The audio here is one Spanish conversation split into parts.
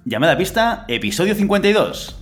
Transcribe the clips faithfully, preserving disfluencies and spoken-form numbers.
Llamada a pista, episodio cincuenta y dos.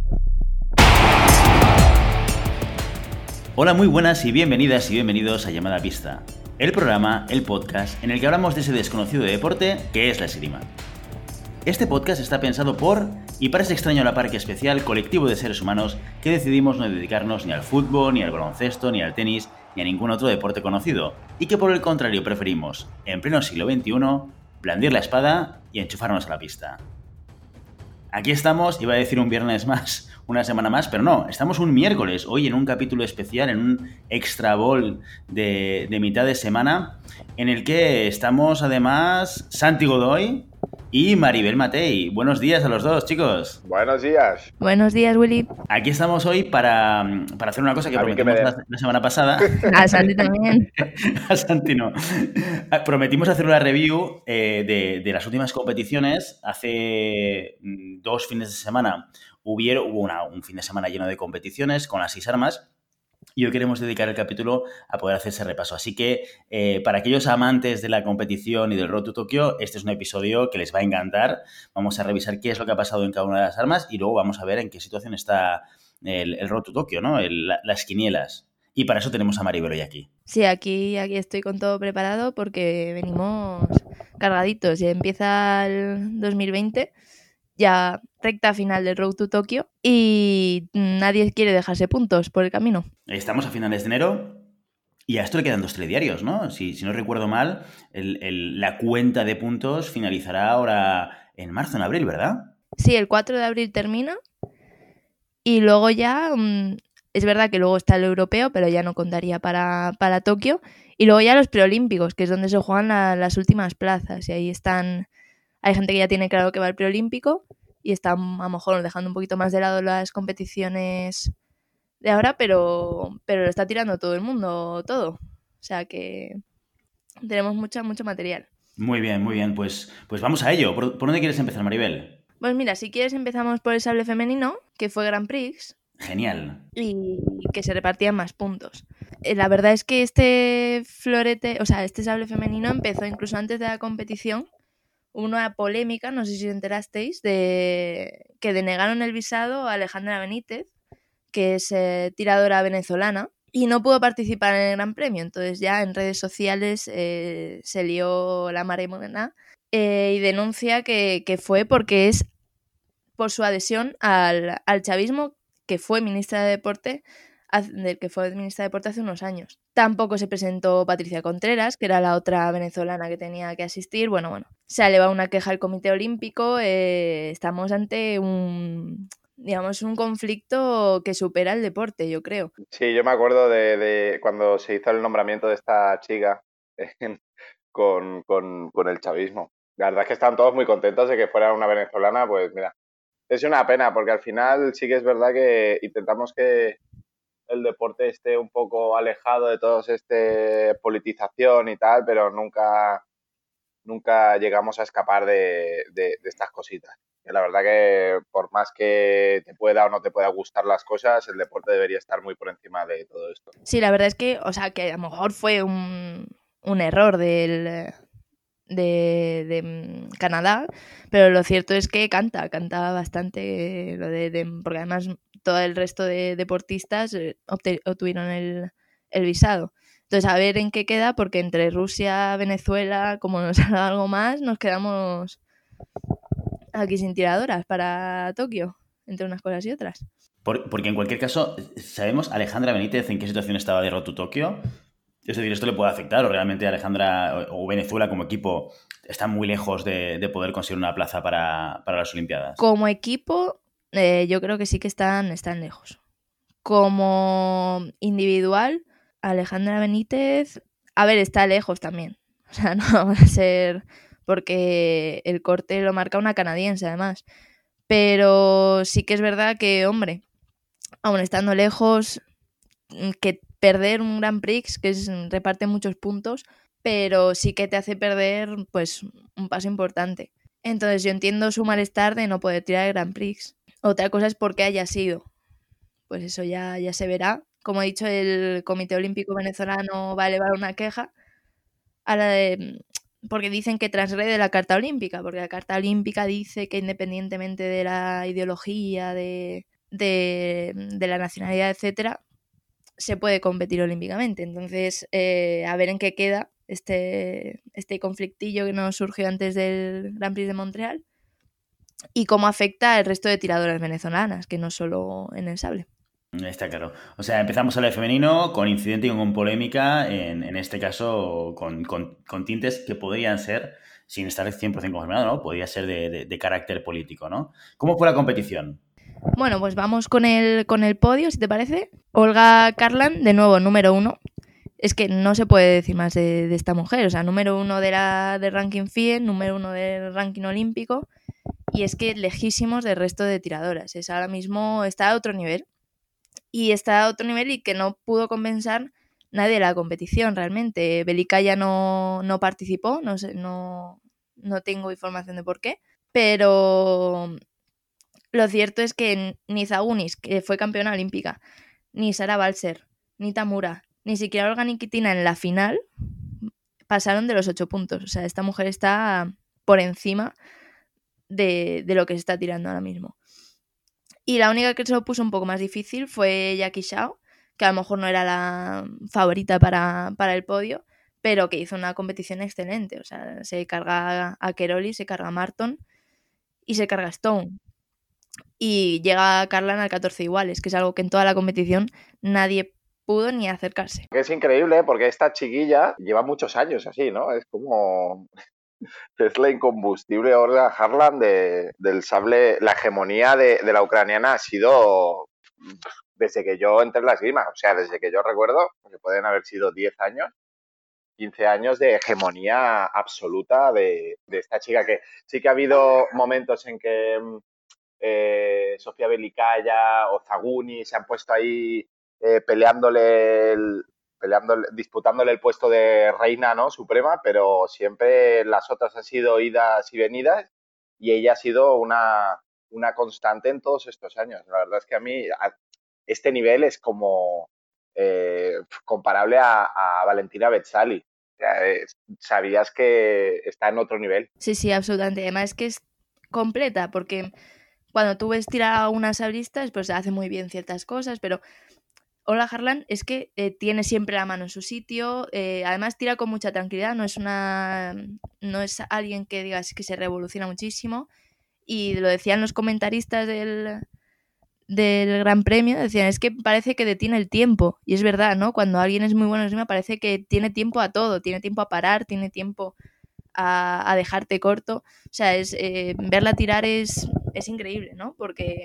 Hola, muy buenas y bienvenidas y bienvenidos a Llamada a pista, el programa, el podcast en el que hablamos de ese desconocido deporte que es la esgrima. Este podcast está pensado por y para ese extraño alaparque especial colectivo de seres humanos que decidimos no dedicarnos ni al fútbol, ni al baloncesto, ni al tenis, ni a ningún otro deporte conocido, y que por el contrario preferimos, en pleno siglo veintiuno, blandir la espada y enchufarnos a la pista. Aquí estamos, iba a decir un viernes más, una semana más, pero no, estamos un miércoles, hoy en un capítulo especial, en un extra ball de, de mitad de semana, en el que estamos además Santi Godoy y Maribel Matei. Buenos días a los dos, chicos. Buenos días. Buenos días, Willy. Aquí estamos hoy para, para hacer una cosa que A mí que prometimos me la, la semana pasada. A Santi también. A Santi no. Prometimos hacer una review eh, de, de las últimas competiciones. Hace mm, dos fines de semana hubieron, hubo una, un fin de semana lleno de competiciones con las seis armas. Y hoy queremos dedicar el capítulo a poder hacer ese repaso. Así que, eh, para aquellos amantes de la competición y del Road to Tokyo, este es un episodio que les va a encantar. Vamos a revisar qué es lo que ha pasado en cada una de las armas y luego vamos a ver en qué situación está el, el Road to Tokyo, ¿no? El, la, las quinielas. Y para eso tenemos a Maribel hoy aquí. Sí, aquí, aquí estoy con todo preparado porque venimos cargaditos. Ya empieza el dos mil veinte, ya recta final del Road to Tokyo y nadie quiere dejarse puntos por el camino. Estamos a finales de enero y a esto le quedan dos telediarios, ¿no? Si, si no recuerdo mal, el, el, la cuenta de puntos finalizará ahora en marzo, en abril, ¿verdad? Sí, el cuatro de abril termina y luego ya... Mmm, es verdad que luego está el europeo, pero ya no contaría para, para Tokio. Y luego ya los preolímpicos, que es donde se juegan la, las últimas plazas. Y ahí están... Hay gente que ya tiene claro que va al preolímpico y está a lo mejor dejando un poquito más de lado las competiciones de ahora, pero, pero lo está tirando todo el mundo, todo. O sea que tenemos mucho, mucho material. Muy bien, muy bien. Pues, pues vamos a ello. ¿Por, ¿Por dónde quieres empezar, Maribel? Pues mira, si quieres empezamos por el sable femenino, que fue Grand Prix. Genial. Y que se repartían más puntos. La verdad es que este florete, o sea, este sable femenino empezó incluso antes de la competición. Hubo una polémica, no sé si os enterasteis, de que denegaron el visado a Alejandra Benítez, que es eh, tiradora venezolana, y no pudo participar en el Gran Premio. Entonces ya en redes sociales eh, se lió la marimona eh, y denuncia que, que fue porque es por su adhesión al, al chavismo, que fue ministra de Deporte, del que fue ministra de Deporte hace unos años. Tampoco se presentó Patricia Contreras, que era la otra venezolana que tenía que asistir. Bueno, bueno, se ha elevado una queja al Comité Olímpico. Eh, estamos ante un, digamos, un conflicto que supera el deporte, yo creo. Sí, yo me acuerdo de, de cuando se hizo el nombramiento de esta chica eh, con, con, con el chavismo. La verdad es que estaban todos muy contentos de que fuera una venezolana. Pues mira, es una pena porque al final sí que es verdad que intentamos que el deporte esté un poco alejado de toda esta politización y tal, pero nunca, nunca llegamos a escapar de, de, de estas cositas. Y la verdad que por más que te pueda o no te pueda gustar las cosas, el deporte debería estar muy por encima de todo esto. Sí, la verdad es que, o sea, que a lo mejor fue un, un error del... De, de Canadá, pero lo cierto es que canta, canta bastante, lo de, de, porque además todo el resto de deportistas obtuvieron el, el visado. Entonces, a ver en qué queda, porque entre Rusia, Venezuela, como nos haga algo más, nos quedamos aquí sin tiradoras para Tokio, entre unas cosas y otras. Por, porque en cualquier caso, ¿sabemos Alejandra Benítez en qué situación estaba de Road to Tokyo? Es decir, ¿esto le puede afectar o realmente Alejandra o Venezuela como equipo están muy lejos de, de poder conseguir una plaza para, para las Olimpiadas? Como equipo, eh, yo creo que sí que están, están lejos. Como individual, Alejandra Benítez, a ver, está lejos también. O sea, no va a ser porque el corte lo marca una canadiense además. Pero sí que es verdad que, hombre, aún estando lejos, que perder un Grand Prix, que es, reparte muchos puntos, pero sí que te hace perder pues un paso importante. Entonces yo entiendo su malestar de no poder tirar el Grand Prix. Otra cosa es por qué haya sido. Pues eso ya, ya se verá. Como he dicho, el Comité Olímpico Venezolano va a elevar una queja a la de, porque dicen que transgrede la Carta Olímpica, porque la Carta Olímpica dice que independientemente de la ideología, de, de, de la nacionalidad, etcétera, se puede competir olímpicamente. Entonces, eh, a ver en qué queda este, este conflictillo que nos surgió antes del Grand Prix de Montreal y cómo afecta al resto de tiradoras venezolanas, que no solo en el sable. Está claro. O sea, empezamos a hablar de femenino con incidente y con polémica, en, en este caso con, con, con tintes que podrían ser, sin estar cien por ciento confirmado, ¿no? Podría ser de, de, de carácter político, ¿no? ¿Cómo fue la competición? Bueno, pues vamos con el, con el podio, si te parece. Olga Karlan, de nuevo, número uno. Es que no se puede decir más de, de esta mujer. O sea, número uno de la, del ranking F I E, número uno del ranking olímpico. Y es que lejísimos del resto de tiradoras. Es ahora mismo, está a otro nivel. Y está a otro nivel y que no pudo compensar nadie de la competición realmente. Belikaya no, no participó, no, sé, no, no tengo información de por qué. Pero lo cierto es que ni Zagunis, que fue campeona olímpica, ni Sara Balser, ni Tamura, ni siquiera Olga Nikitina en la final pasaron de los ocho puntos. O sea, esta mujer está por encima de, de lo que se está tirando ahora mismo. Y la única que se lo puso un poco más difícil fue Jackie Shao, que a lo mejor no era la favorita para, para el podio, pero que hizo una competición excelente. O sea, se carga a Keroli, se carga a Marton y se carga a Stone. Y llega Karlan al catorce iguales, que es algo que en toda la competición nadie pudo ni acercarse. Es increíble porque esta chiquilla lleva muchos años así, ¿no? Es como... es la incombustible Olga Karlan de, del sable. La hegemonía de, de la ucraniana ha sido desde que yo entré en la esgrima, o sea, desde que yo recuerdo, que pueden haber sido diez años, quince años de hegemonía absoluta de, de esta chica, que sí que ha habido momentos en que eh, Sofía Belikaya o Zaguni se han puesto ahí eh, peleándole el, peleándole, disputándole el puesto de reina, ¿no? Suprema, pero siempre las otras han sido idas y venidas y ella ha sido una, una constante en todos estos años. La verdad es que a mí a este nivel es como eh, comparable a, a Valentina Bezzali. O sea, es, sabías que está en otro nivel. Sí, sí, absolutamente. Además es que es completa, porque cuando tú ves tirar a unas sabristas, pues hace muy bien ciertas cosas, pero Olga Karlan es que eh, tiene siempre la mano en su sitio, eh, además tira con mucha tranquilidad, no es una no es alguien que digas que se revoluciona muchísimo, y lo decían los comentaristas del, del Gran Premio, decían, es que parece que detiene el tiempo, y es verdad, ¿no? Cuando alguien es muy bueno en esgrima parece que tiene tiempo a todo, tiene tiempo a parar, tiene tiempo a, a dejarte corto, o sea, es eh, verla tirar es, es increíble, ¿no? Porque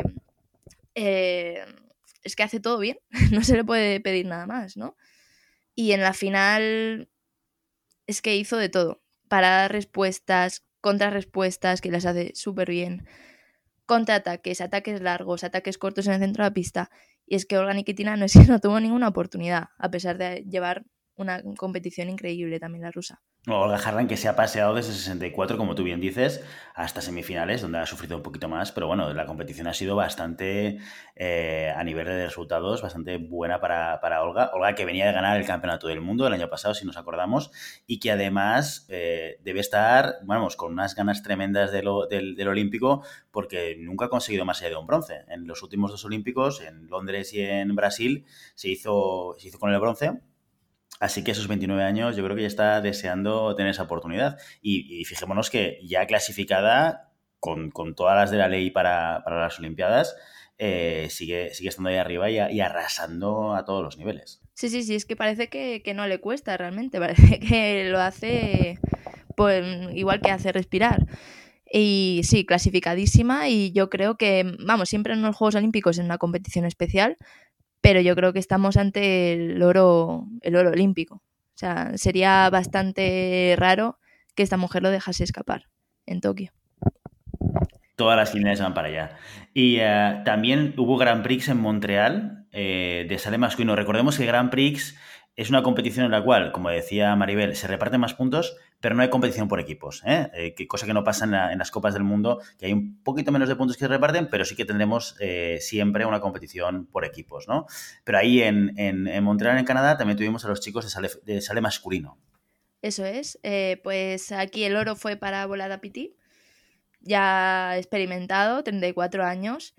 eh, es que hace todo bien, no se le puede pedir nada más, ¿no? Y en la final es que hizo de todo, paradas, respuestas, contrarrespuestas, que las hace súper bien, contraataques, ataques largos, ataques cortos en el centro de la pista, y es que Olga Nikitina no, es que no tuvo ninguna oportunidad, a pesar de llevar una competición increíble también la rusa. Olga Karlan, que se ha paseado desde sesenta y cuatro, como tú bien dices, hasta semifinales, donde ha sufrido un poquito más, pero bueno, la competición ha sido bastante, eh, a nivel de resultados, bastante buena para, para Olga. Olga, que venía de ganar el Campeonato del Mundo el año pasado, si nos acordamos, y que además eh, debe estar, vamos, con unas ganas tremendas de lo, del, del Olímpico, porque nunca ha conseguido más allá de un bronce. En los últimos dos Olímpicos, en Londres y en Brasil, se hizo, se hizo con el bronce. Así que a sus veintinueve años yo creo que ya está deseando tener esa oportunidad. Y, y fijémonos que ya clasificada, con, con todas las de la ley para, para las Olimpiadas, eh, sigue, sigue estando ahí arriba y, y arrasando a todos los niveles. Sí, sí, sí, es que parece que, que no le cuesta realmente, parece que lo hace pues, igual que hace respirar. Y sí, clasificadísima, y yo creo que, vamos, siempre en los Juegos Olímpicos en una competición especial, pero yo creo que estamos ante el oro, el oro olímpico. O sea, sería bastante raro que esta mujer lo dejase escapar en Tokio. Todas las líneas van para allá. Y uh, también hubo Grand Prix en Montreal eh, de sale masculino. Recordemos que Grand Prix es una competición en la cual, como decía Maribel, se reparten más puntos, pero no hay competición por equipos, ¿eh? Eh, que cosa que no pasa en, la, en las Copas del Mundo, que hay un poquito menos de puntos que se reparten, pero sí que tendremos eh, siempre una competición por equipos, ¿no? Pero ahí en, en, en Montreal, en Canadá, también tuvimos a los chicos de sale, de sale masculino. Eso es. Eh, pues aquí el oro fue para Volata Piti, ya experimentado, treinta y cuatro años.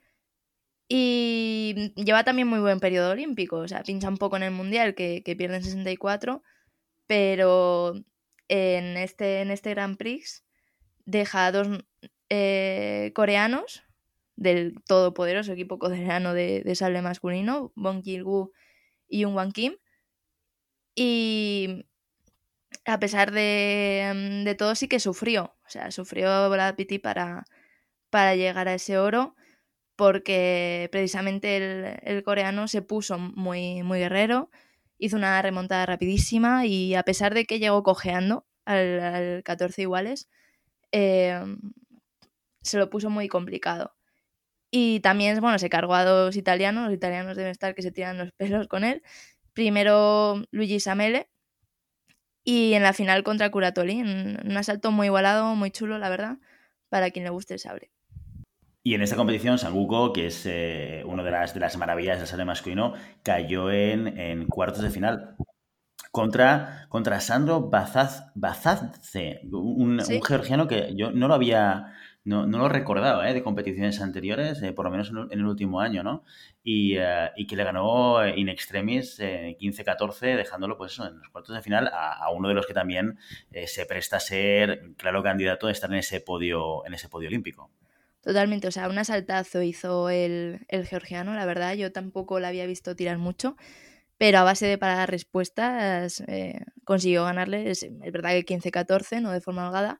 Y lleva también muy buen periodo olímpico. O sea, pincha un poco en el Mundial, que, que pierde en sesenta y cuatro, pero en este, en este Grand Prix deja a dos eh, coreanos del todopoderoso equipo coreano de, de sable masculino, Bong Jil-gu y Jung Wan Kim. Y a pesar de, de todo sí que sufrió, o sea, sufrió Brad Pitt para, para llegar a ese oro, porque precisamente el, el coreano se puso muy, muy guerrero, hizo una remontada rapidísima y a pesar de que llegó cojeando al, al catorce iguales, eh, se lo puso muy complicado. Y también, bueno, se cargó a dos italianos, los italianos deben estar que se tiran los pelos con él. Primero Luigi Samele, y en la final contra Curatoli, en un asalto muy igualado, muy chulo, la verdad, para quien le guste el sable. Y en esta competición, Sanguko, que es eh, una de las, de las maravillas del sable masculino, cayó en, en cuartos de final contra, contra Sandro Bazaz, Bazadze, un, ¿Sí? un georgiano que yo no lo había, no, no lo recordaba ¿eh? de competiciones anteriores, eh, por lo menos en, en el último año, ¿no? Y, uh, y que le ganó in extremis eh, quince catorce, dejándolo pues eso, en los cuartos de final a, a uno de los que también eh, se presta a ser claro candidato a estar en ese podio, en ese podio olímpico. Totalmente, o sea, un asaltazo hizo el, el georgiano, la verdad, yo tampoco la había visto tirar mucho, pero a base de paradas respuestas eh, consiguió ganarle, es, es verdad que quince catorce, no de forma holgada,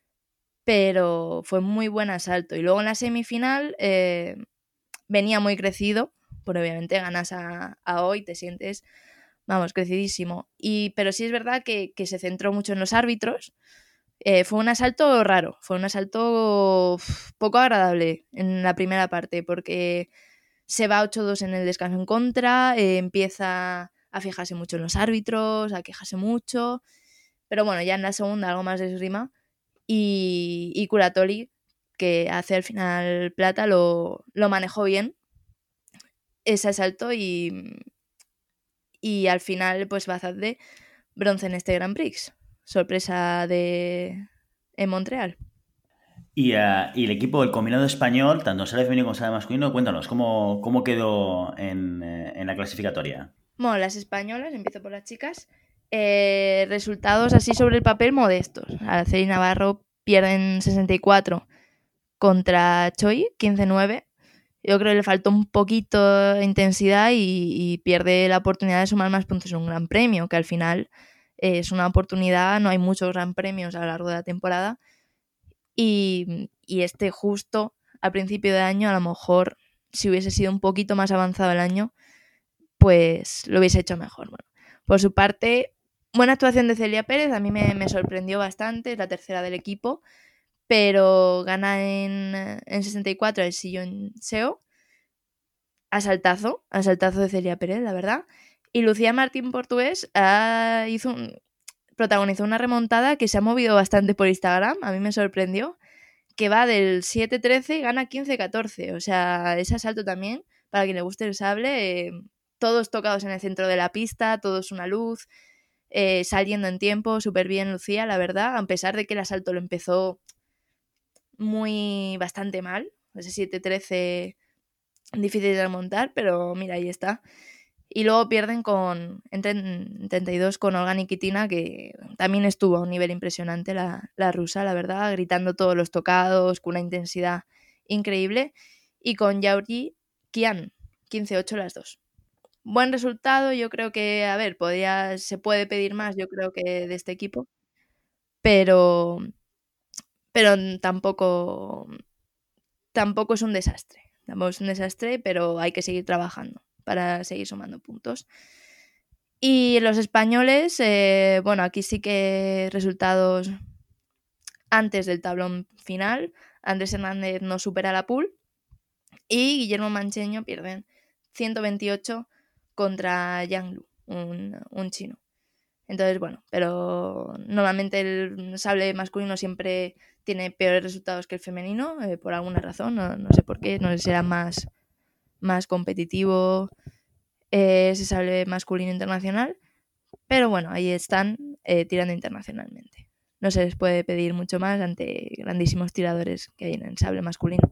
pero fue muy buen asalto. Y luego en la semifinal eh, venía muy crecido, porque obviamente ganas a, a hoy, te sientes, vamos, crecidísimo. Y, pero sí es verdad que, que se centró mucho en los árbitros. Eh, fue un asalto raro, fue un asalto uf, poco agradable en la primera parte, porque se va ocho dos en el descanso en contra, eh, empieza a fijarse mucho en los árbitros, a quejarse mucho, pero bueno, ya en la segunda algo más de esgrima, y, y Curatoli, que hace al final plata, lo, lo manejó bien ese asalto y, y al final pues Bazadze bronce en este Grand Prix. Sorpresa de en Montreal. Y, uh, y el equipo, el combinado español, tanto sale femenino como sale masculino, cuéntanos, ¿cómo, cómo quedó en, eh, en la clasificatoria? Bueno, las españolas, empiezo por las chicas, eh, resultados así sobre el papel modestos. Araceli Navarro pierde en sesenta y cuatro contra Choi, quince nueve. Yo creo que le faltó un poquito de intensidad y, y pierde la oportunidad de sumar más puntos en un gran premio, que al final eh, es una oportunidad, no hay muchos gran premios a lo largo de la temporada. Y, y este justo al principio de año, a lo mejor si hubiese sido un poquito más avanzado el año, pues lo hubiese hecho mejor. Bueno, por su parte, buena actuación de Celia Pérez, a mí me, me sorprendió bastante, es la tercera del equipo, pero gana en, en sesenta y cuatro el sillón S E O, asaltazo, asaltazo de Celia Pérez, la verdad. Y Lucía Martín Portugués uh, hizo un, protagonizó una remontada que se ha movido bastante por Instagram, a mí me sorprendió, que va del siete trece y gana quince catorce. O sea, ese asalto también, para quien le guste el sable, eh, todos tocados en el centro de la pista, todos una luz, eh, saliendo en tiempo, súper bien Lucía, la verdad, a pesar de que el asalto lo empezó muy bastante mal, ese siete trece difícil de remontar, pero mira, ahí está. Y luego pierden con en treinta y dos con Olga Nikitina, que también estuvo a un nivel impresionante la, la rusa, la verdad, gritando todos los tocados, con una intensidad increíble. Y con Yauri Kian, quince ocho las dos. Buen resultado, yo creo que, a ver, podría, se puede pedir más, yo creo que de este equipo, pero, pero tampoco, tampoco es un desastre. Tampoco es un desastre, pero hay que seguir trabajando para seguir sumando puntos. Y los españoles, eh, bueno, aquí sí que resultados antes del tablón final. Andrés Hernández no supera la pool y Guillermo Mancheño pierden ciento veintiocho contra Yang Lu, un, un chino. Entonces, bueno, pero normalmente el sable masculino siempre tiene peores resultados que el femenino, eh, por alguna razón, no, no sé por qué, no sé si será más, más competitivo eh, ese sable masculino internacional. Pero bueno, ahí están eh, tirando internacionalmente. No se les puede pedir mucho más ante grandísimos tiradores que hay en el sable masculino.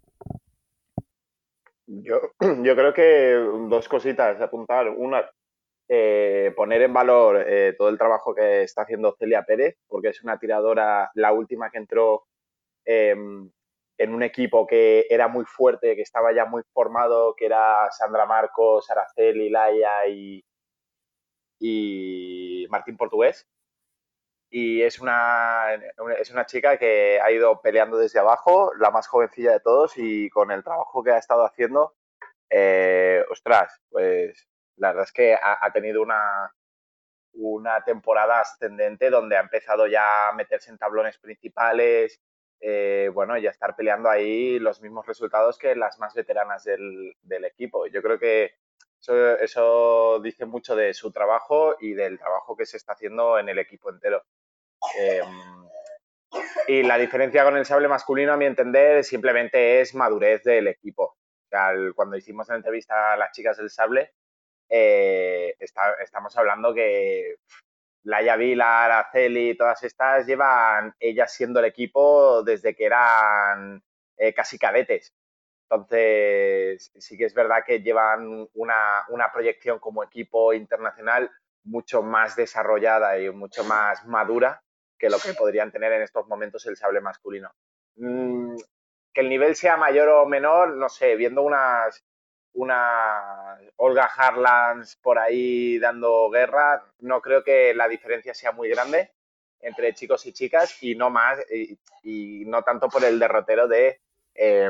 Yo, yo creo que dos cositas a apuntar. Una, eh, poner en valor eh, todo el trabajo que está haciendo Celia Pérez, porque es una tiradora, la última que entró eh, en un equipo que era muy fuerte, que estaba ya muy formado, que era Sandra Marcos, Araceli, Laia y, y Martín Portugués. Y es una, es una chica que ha ido peleando desde abajo, la más jovencilla de todos, y con el trabajo que ha estado haciendo, eh, ostras, pues la verdad es que ha, ha tenido una, una temporada ascendente donde ha empezado ya a meterse en tablones principales, eh, bueno, y a estar peleando ahí los mismos resultados que las más veteranas del, del equipo. Yo creo que eso, eso dice mucho de su trabajo y del trabajo que se está haciendo en el equipo entero. Eh, y la diferencia con el sable masculino, a mi entender, simplemente es madurez del equipo. O sea, el, cuando hicimos la entrevista a las chicas del sable, eh, está, estamos hablando que Laia Vila, Araceli, todas estas llevan ellas siendo el equipo desde que eran eh, casi cadetes. Entonces, sí que es verdad que llevan una, una proyección como equipo internacional mucho más desarrollada y mucho más madura que lo que podrían tener en estos momentos el sable masculino. Mm, que el nivel sea mayor o menor, no sé, viendo unas, una Olga Harlands por ahí dando guerra, no creo que la diferencia sea muy grande entre chicos y chicas y no más, y, y no tanto por el derrotero de, eh,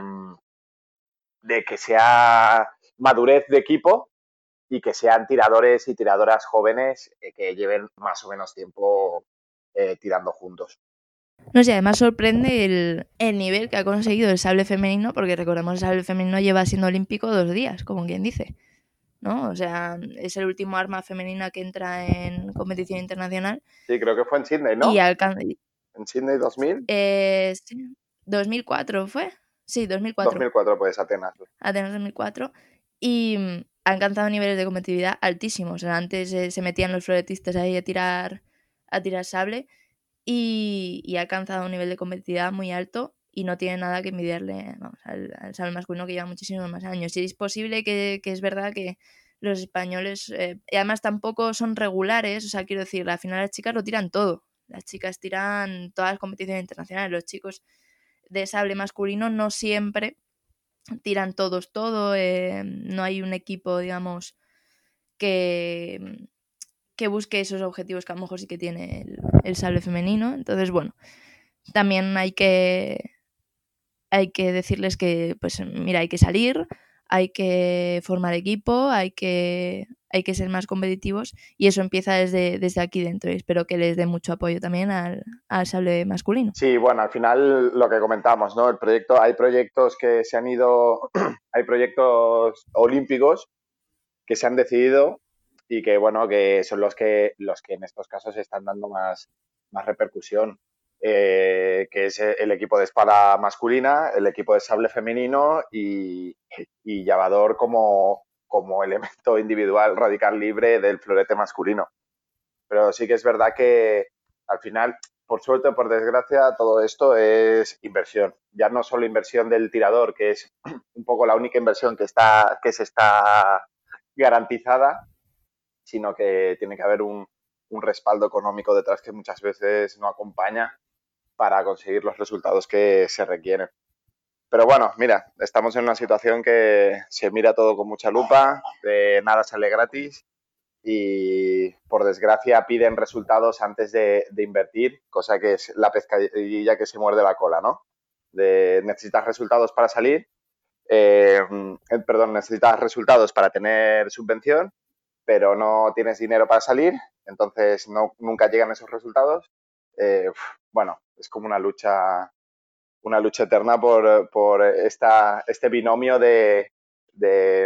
de que sea madurez de equipo y que sean tiradores y tiradoras jóvenes eh, que lleven más o menos tiempo eh, tirando juntos. No sé, además sorprende el, el nivel que ha conseguido el sable femenino, porque recordemos que el sable femenino lleva siendo olímpico dos días, como quien dice, ¿no? O sea, es el último arma femenina que entra en competición internacional. Sí, creo que fue en Sydney, ¿no? Y alcanza... En Sydney dos mil. Eh, sí, dos mil cuatro fue. Sí, dos mil cuatro. dos mil cuatro, pues Atenas. Atenas dos mil cuatro. Y mm, ha alcanzado niveles de competitividad altísimos. O sea, antes eh, se metían los floretistas ahí a tirar, a tirar sable. Y, y ha alcanzado un nivel de competitividad muy alto y no tiene nada que envidiarle, vamos, al, al sable masculino que lleva muchísimos más años. Y es posible que, que es verdad que los españoles, eh, y además tampoco son regulares, o sea, quiero decir, al final las chicas lo tiran todo. Las chicas tiran todas las competiciones internacionales, los chicos de sable masculino no siempre tiran todos todo, eh, no hay un equipo, digamos, que que busque esos objetivos que a lo mejor sí que tiene el, el sable femenino. Entonces, bueno, también hay que hay que decirles que, pues mira, hay que salir, hay que formar equipo, hay que hay que ser más competitivos y eso empieza desde, desde aquí dentro y espero que les dé mucho apoyo también al, al sable masculino. Sí, bueno, al final lo que comentamos, ¿no? El proyecto, hay proyectos que se han ido, hay proyectos olímpicos que se han decidido y que, bueno, que son los que, los que en estos casos están dando más, más repercusión, eh, que es el equipo de espada masculina, el equipo de sable femenino y, y llavador como, como elemento individual radical libre del florete masculino. Pero sí que es verdad que al final, por suerte o por desgracia, todo esto es inversión. Ya no solo inversión del tirador, que es un poco la única inversión que, está, que se está garantizada, sino que tiene que haber un, un respaldo económico detrás que muchas veces no acompaña para conseguir los resultados que se requieren. Pero bueno, mira, estamos en una situación que se mira todo con mucha lupa, de nada sale gratis y por desgracia piden resultados antes de, de invertir, cosa que es la pescadilla que se muerde la cola, ¿no? De, necesitas resultados para salir, eh, perdón, necesitas resultados para tener subvención, pero no tienes dinero para salir, entonces no, nunca llegan esos resultados. Eh, bueno, es como una lucha, una lucha eterna por, por esta, este binomio de, de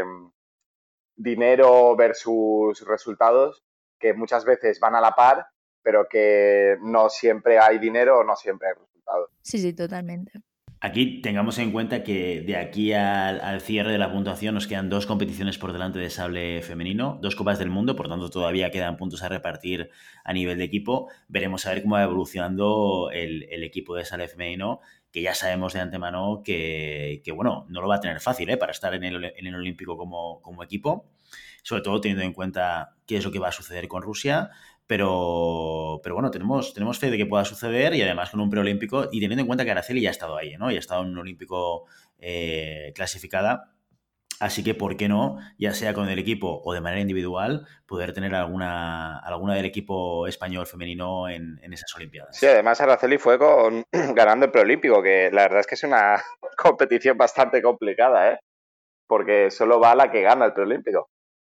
dinero versus resultados que muchas veces van a la par, pero que no siempre hay dinero o no siempre hay resultados. Sí, sí, totalmente. Aquí tengamos en cuenta que de aquí al, al cierre de la puntuación nos quedan dos competiciones por delante de sable femenino, dos Copas del Mundo, por tanto todavía quedan puntos a repartir a nivel de equipo. Veremos a ver cómo va evolucionando el, el equipo de sable femenino, que ya sabemos de antemano que, que, bueno, no lo va a tener fácil, ¿eh? Para estar en el, en el Olímpico como, como equipo, sobre todo teniendo en cuenta qué es lo que va a suceder con Rusia. Pero, pero bueno, tenemos, tenemos fe de que pueda suceder y además con un preolímpico y teniendo en cuenta que Araceli ya ha estado ahí, ¿no? Ya ha estado en un olímpico eh, clasificada. Así que, ¿por qué no, ya sea con el equipo o de manera individual, poder tener alguna, alguna del equipo español femenino en, en esas Olimpiadas? Sí, además Araceli fue con ganando el preolímpico, que la verdad es que es una competición bastante complicada, ¿eh? Porque solo va la que gana el preolímpico.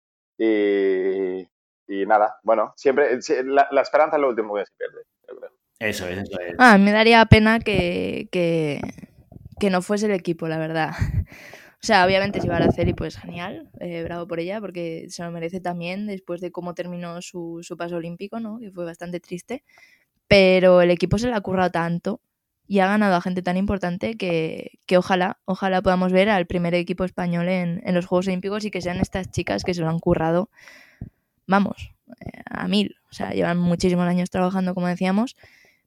Y, y nada, bueno, siempre la, la esperanza es lo último que se pierde, yo creo. Eso es, eso es. Ah, a mí me daría pena que, que, que no fuese el equipo, la verdad. O sea, obviamente si va a Araceli, pues genial, eh, bravo por ella, porque se lo merece también después de cómo terminó su, su paso olímpico, ¿no? Que fue bastante triste. Pero el equipo se le ha currado tanto y ha ganado a gente tan importante que, que ojalá, ojalá podamos ver al primer equipo español en, en los Juegos Olímpicos y que sean estas chicas que se lo han currado, vamos, eh, a mil. O sea, llevan muchísimos años trabajando, como decíamos,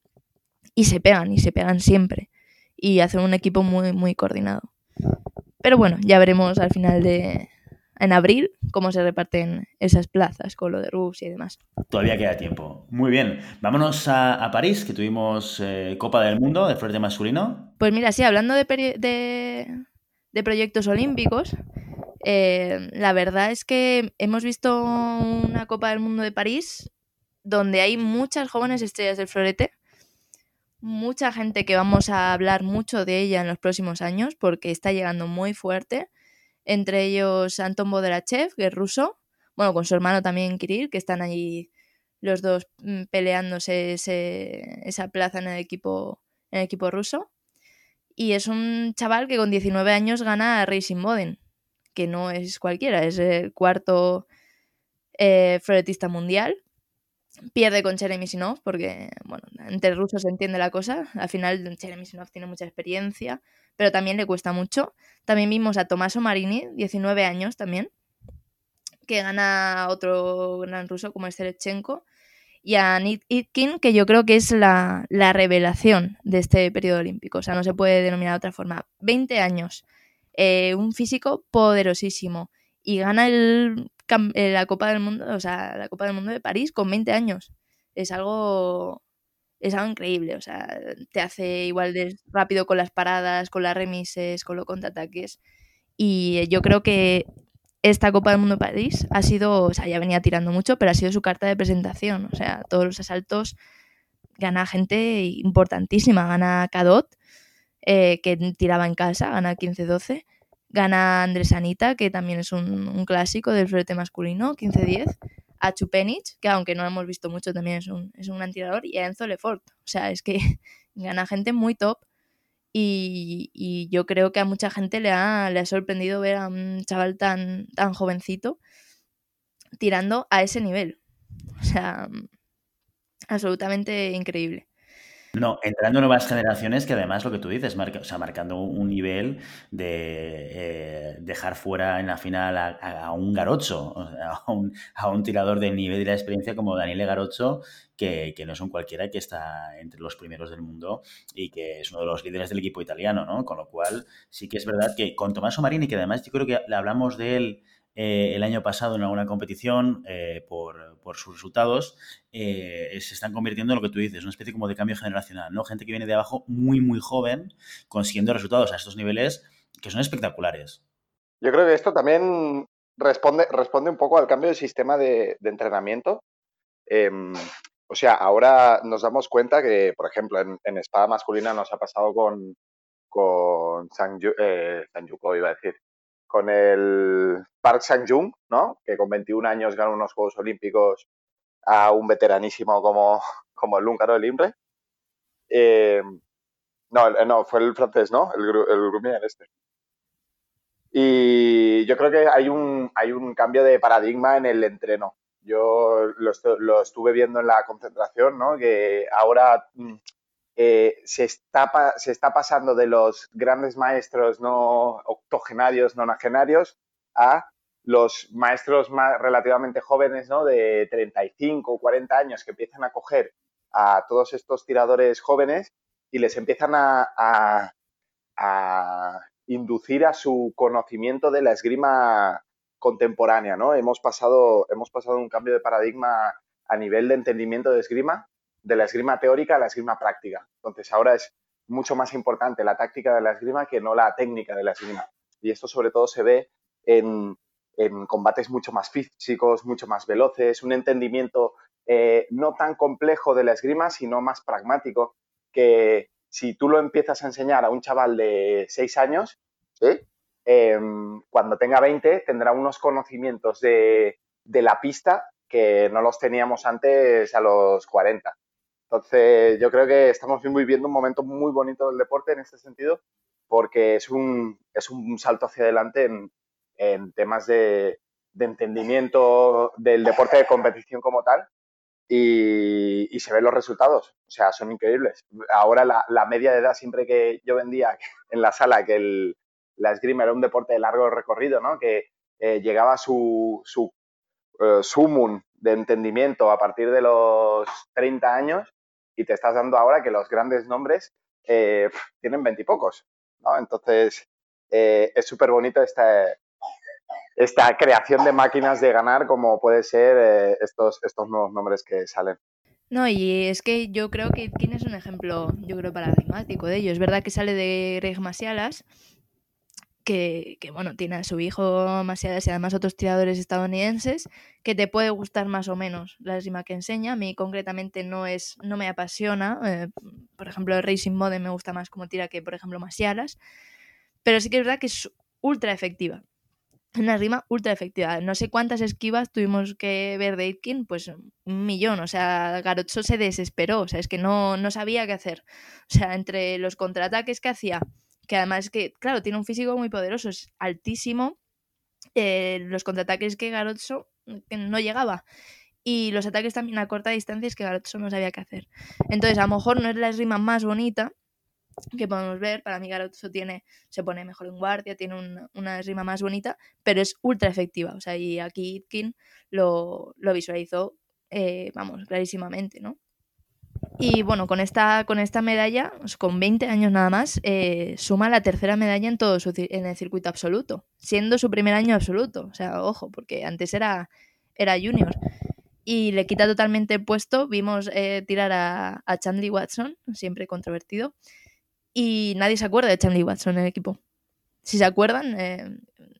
y se pegan, y se pegan siempre. Y hacen un equipo muy, muy coordinado. Pero bueno, ya veremos al final de... en abril cómo se reparten esas plazas con lo de Rusia y demás. Todavía queda tiempo. Muy bien. Vámonos a, a París, que tuvimos eh, Copa del Mundo de florete masculino. Pues mira, sí, hablando de, peri- de, de proyectos olímpicos, eh, la verdad es que hemos visto una Copa del Mundo de París donde hay muchas jóvenes estrellas del florete, mucha gente que vamos a hablar mucho de ella en los próximos años porque está llegando muy fuerte, entre ellos Anton Boderachev, que es ruso, bueno, con su hermano también Kirill, que están ahí los dos mm, peleándose ese, esa plaza en el equipo, en el equipo ruso. Y es un chaval que con diecinueve años gana a Racing Boden, que no es cualquiera, es el cuarto eh, floretista mundial. Pierde con Cheremisinov porque, bueno, entre rusos se entiende la cosa. Al final Cheremisinov tiene mucha experiencia, pero también le cuesta mucho. También vimos a Tommaso Marini, diecinueve años también, que gana otro gran ruso como es Serebchenko. Y a Nick Itkin, que yo creo que es la, la revelación de este periodo olímpico. O sea, no se puede denominar de otra forma. veinte años, eh, un físico poderosísimo y gana el, la Copa del Mundo, o sea, la Copa del Mundo de París con veinte años. Es algo, es algo increíble. O sea, te hace igual de rápido con las paradas, con las remises, con los contraataques. Y yo creo que esta Copa del Mundo de París ha sido, o sea, ya venía tirando mucho, pero ha sido su carta de presentación. O sea, todos los asaltos gana gente importantísima. Gana Cadot, eh, que tiraba en casa, gana quince doce. Gana Andrés Anita, que también es un, un clásico del florete masculino, quince diez. A Chupenic, que aunque no lo hemos visto mucho, también es un, es un gran tirador. Y a Enzo Lefort. O sea, es que gana gente muy top. Y, y yo creo que a mucha gente le ha, le ha sorprendido ver a un chaval tan, tan jovencito tirando a ese nivel. O sea, absolutamente increíble. No, entrando nuevas generaciones que además lo que tú dices, marca, o sea, marcando un nivel de eh, dejar fuera en la final a, a un Garocho, o sea, a, un, a un tirador del nivel y la experiencia como Daniele Garocho, que, que no es un cualquiera, que está entre los primeros del mundo y que es uno de los líderes del equipo italiano, ¿no? Con lo cual sí que es verdad que con Tommaso Marini, que además yo creo que le hablamos de él eh, el año pasado en alguna competición eh, por, por sus resultados, eh, se están convirtiendo en lo que tú dices, una especie como de cambio generacional, ¿no? Gente que viene de abajo muy, muy joven, consiguiendo resultados a estos niveles que son espectaculares. Yo creo que esto también responde, responde un poco al cambio del sistema de, de entrenamiento. Eh, o sea, ahora nos damos cuenta que, por ejemplo, en, en espada masculina nos ha pasado con, con Sang, eh, Sanjuko, iba a decir, con el Park Sang-jung, ¿no? Que con veintiún años ganó unos Juegos Olímpicos a un veteranísimo como, como el húngaro, el Imre. Eh, no, no, fue el francés, ¿no? El, el Grumier este. Y yo creo que hay un, hay un cambio de paradigma en el entreno. Yo lo, estu lo estuve viendo en la concentración, ¿no? Que ahora eh, se, está, se está pasando de los grandes maestros no octogenarios, nonagenarios, a los maestros más relativamente jóvenes, ¿no? De treinta y cinco o cuarenta años, que empiezan a coger a todos estos tiradores jóvenes y les empiezan a, a, a inducir a su conocimiento de la esgrima contemporánea, ¿no? Hemos pasado, hemos pasado un cambio de paradigma a nivel de entendimiento de esgrima, de la esgrima teórica a la esgrima práctica. Entonces, ahora es mucho más importante la táctica de la esgrima que no la técnica de la esgrima. Y esto sobre todo se ve en, en combates mucho más físicos, mucho más veloces, un entendimiento eh, no tan complejo de la esgrima, sino más pragmático, que si tú lo empiezas a enseñar a un chaval de seis años, ¿sí? eh, cuando tenga veinte tendrá unos conocimientos de, de la pista que no los teníamos antes a los cuarenta. Entonces, yo creo que estamos viviendo un momento muy bonito del deporte en este sentido, porque es un, es un salto hacia adelante en, en temas de, de entendimiento del deporte de competición como tal, y, y se ven los resultados. O sea, son increíbles. Ahora la, la media de edad, siempre que yo vendía en la sala que el, la esgrima era un deporte de largo recorrido, ¿no? Que eh, llegaba su, su uh, sumum de entendimiento a partir de los treinta años, y te estás dando ahora que los grandes nombres eh, tienen veintipocos, ¿no? Entonces, eh, es súper bonito esta, esta creación de máquinas de ganar, como puede ser eh, estos, estos nuevos nombres que salen. No, y es que yo creo que Aitken es un ejemplo, yo creo, paradigmático de ello. Es verdad que sale de Greg Macialas, que, que bueno, tiene a su hijo Macialas y además otros tiradores estadounidenses, que te puede gustar más o menos la esgrima que enseña. A mí concretamente no es no me apasiona. Eh, por ejemplo, el Racing Mode me gusta más como tira que, por ejemplo, Macialas. Pero sí que es verdad que es ultra efectiva. Una esgrima ultra efectiva. No sé cuántas esquivas tuvimos que ver de Aitken, pues un millón. O sea, Garotso se desesperó. O sea, es que no, no sabía qué hacer. O sea, entre los contraataques que hacía, que además es que, claro, tiene un físico muy poderoso, es altísimo, eh, los contraataques que Garotso no llegaba. Y los ataques también a corta distancia es que Garotso no sabía qué hacer. Entonces, a lo mejor no es la esgrima más bonita que podemos ver. Para mí Garotso tiene, se pone mejor en guardia, tiene un, una esgrima más bonita, pero es ultra efectiva. O sea, y aquí Aitken lo, lo visualizó, eh, vamos, clarísimamente, ¿no? Y bueno, con esta, con esta medalla, pues con veinte años nada más, eh, suma la tercera medalla en todo su, en el circuito absoluto, siendo su primer año absoluto. O sea, ojo, porque antes era, era junior. Y le quita totalmente el puesto. Vimos eh, tirar a, a Chandler Watson, siempre controvertido, y nadie se acuerda de Chandler Watson en el equipo. Si se acuerdan, eh,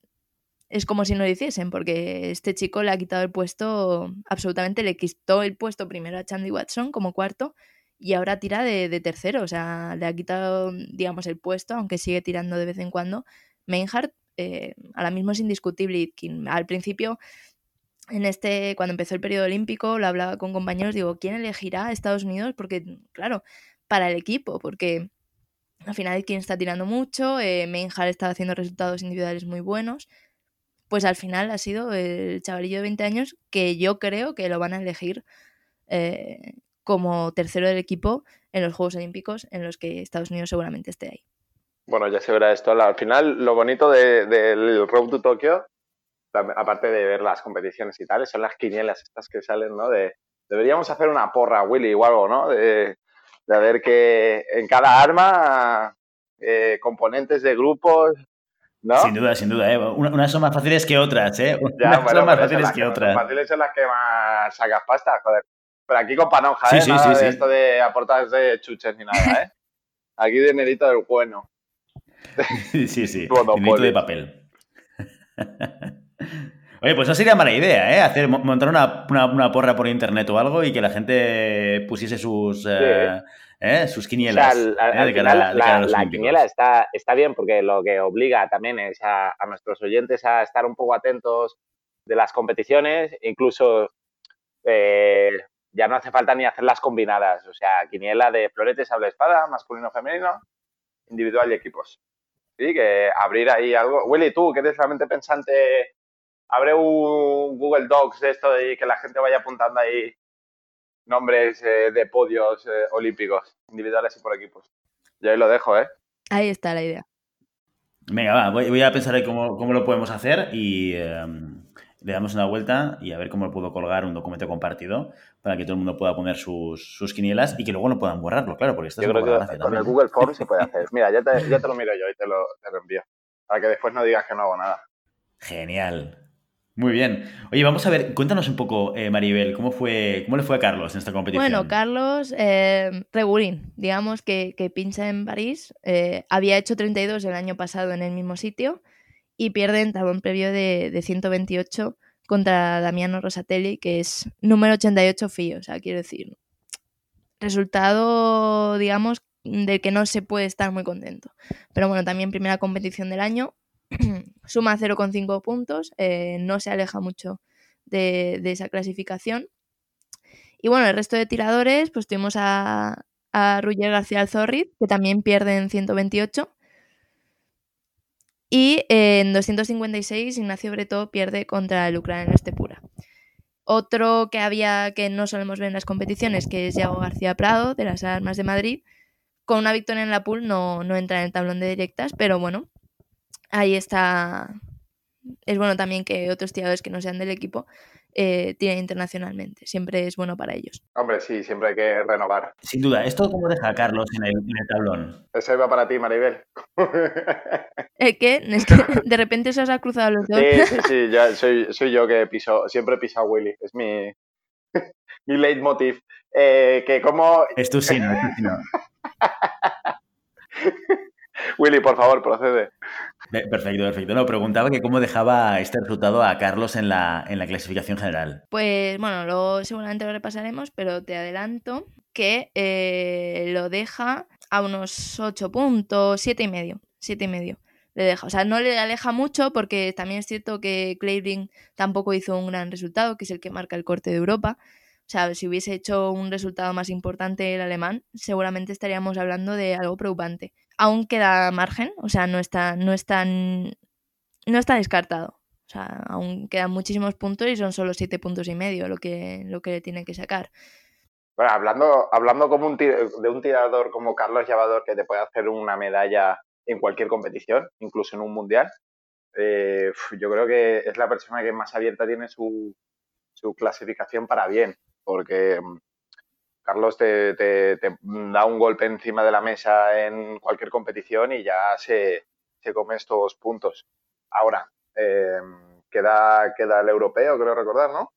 es como si no lo hiciesen, porque este chico le ha quitado el puesto, absolutamente le quitó el puesto primero a Chandler Watson como cuarto, y ahora tira de, de tercero. O sea, le ha quitado, digamos, el puesto, aunque sigue tirando de vez en cuando. Meinhardt, eh, ahora mismo es indiscutible. Aitken, al principio, en este, cuando empezó el periodo olímpico, lo hablaba con compañeros, digo, ¿quién elegirá a Estados Unidos? Porque, claro, para el equipo, porque al final Aitken está tirando mucho, eh, Meinhardt está haciendo resultados individuales muy buenos. Pues al final ha sido el chavalillo de veinte años que yo creo que lo van a elegir eh, como tercero del equipo en los Juegos Olímpicos, en los que Estados Unidos seguramente esté ahí. Bueno, ya se verá esto. Al final, lo bonito del de, de Road to Tokyo, aparte de ver las competiciones y tal, son las quinielas estas que salen, ¿no? De, deberíamos hacer una porra, Willy, o algo, ¿no? De, de ver que en cada arma, eh, componentes de grupos, ¿no? Sin duda, sin duda, ¿eh? Unas son más fáciles que otras, ¿eh? Ya, Unas bueno, son más eso, fáciles las que, que otras. No son fáciles son las que más sacas pasta, joder. Pero aquí con panoja, sí, ¿eh? Sí, nada sí, de sí. esto de aportar de chuches ni nada, ¿eh? Aquí dinerito del bueno. Sí, sí, dinerito de papel. Oye, pues no sería mala idea, ¿eh? Hacer, montar una, una, una porra por internet o algo y que la gente pusiese sus, sí. eh, ¿eh? sus quinielas. O sea, al, al, ¿eh? al de final cara, de cara la, a los la olímpicos. quiniela está, está bien, porque lo que obliga también es a, a nuestros oyentes a estar un poco atentos de las competiciones, incluso eh, ya no hace falta ni hacer las combinadas. O sea, quiniela de florete, sable, espada, masculino, femenino, individual y equipos. Sí, que abrir ahí algo. Willy, tú, que eres realmente pensante, abre un Google Docs de esto y que la gente vaya apuntando ahí nombres eh, de podios eh, olímpicos, individuales y por equipos. Y ahí lo dejo, ¿eh? Ahí está la idea. Venga, va, voy, voy a pensar ahí cómo, cómo lo podemos hacer y eh, le damos una vuelta y a ver cómo puedo colgar un documento compartido para que todo el mundo pueda poner sus, sus quinielas y que luego no puedan borrarlo, claro, porque esto Yo es un creo poco la que gracia con también. el Google Forms se puede hacer. Mira, ya te, ya te lo miro yo y te lo, te lo envío. Para que después no digas que no hago nada. Genial. Muy bien. Oye, vamos a ver, cuéntanos un poco, eh, Maribel, ¿cómo fue, cómo le fue a Carlos en esta competición? Bueno, Carlos, eh, regulín, digamos que, que pincha en París. Eh, había hecho treinta y dos el año pasado en el mismo sitio y pierde en tabón previo de, de ciento veintiocho contra Damiano Rosatelli, que es número ochenta y ocho F I, o sea, quiero decir, resultado, digamos, del que no se puede estar muy contento. Pero bueno, también primera competición del año, suma cero coma cinco puntos, eh, no se aleja mucho de, de esa clasificación. Y bueno, el resto de tiradores, pues tuvimos a, a Roger García Alzorriz, que también pierde en ciento veintiocho. Y eh, en doscientos cincuenta y seis, Ignacio Bretó pierde contra el ucraniano Stepura. Otro que había que no solemos ver en las competiciones, que es Yago García Prado, de las Armas de Madrid. Con una victoria en la pool no, no entra en el tablón de directas, pero bueno, ahí está. Es bueno también que otros tiradores que no sean del equipo eh, tiren internacionalmente. Siempre es bueno para ellos. Hombre, sí, siempre hay que renovar. Sin duda, ¿esto cómo deja a Carlos en el, en el tablón? Eso iba para ti, Maribel. ¿Eh, ¿Qué? Es que de repente se os ha cruzado los dos. Sí, sí, sí, ya soy, soy yo que piso, siempre he pisado a Willy. Es mi, mi leitmotiv. Eh, que como... Es tu sí, no, es tu sí, no. Willy, por favor, procede. Perfecto, perfecto. No, preguntaba que cómo dejaba este resultado a Carlos en la, en la clasificación general. Pues bueno, luego seguramente lo repasaremos, pero te adelanto que eh, lo deja a unos ocho puntos, siete y medio, siete y medio le deja. O sea, no le aleja mucho porque también es cierto que Cleibring tampoco hizo un gran resultado, que es el que marca el corte de Europa. O sea, si hubiese hecho un resultado más importante el alemán, seguramente estaríamos hablando de algo preocupante. Aún queda margen, o sea, no está, no está, no está descartado. O sea, aún quedan muchísimos puntos y son solo siete puntos y medio lo que, lo que tiene que sacar. Bueno, hablando, hablando como un tir- de un tirador como Carlos Llavador, que te puede hacer una medalla en cualquier competición, incluso en un mundial, eh, yo creo que es la persona que más abierta tiene su, su clasificación para bien, porque Carlos te, te, te da un golpe encima de la mesa en cualquier competición y ya se, se come estos puntos. Ahora, eh, queda, queda el europeo, creo recordar, ¿no?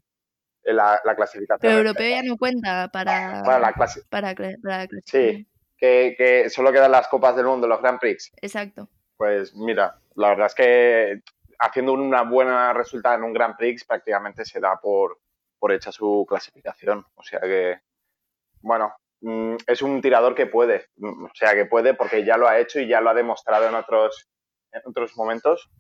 La, la clasificación. Pero el europeo ya no cuenta para, para la clase. para, para la clasificación. Sí, que, que solo quedan las Copas del Mundo, los Grand Prix. Exacto. Pues mira, la verdad es que haciendo una buena resultado en un Grand Prix prácticamente se da por, por hecha su clasificación. O sea que, bueno, es un tirador que puede, o sea que puede porque ya lo ha hecho y ya lo ha demostrado en otros, en otros momentos.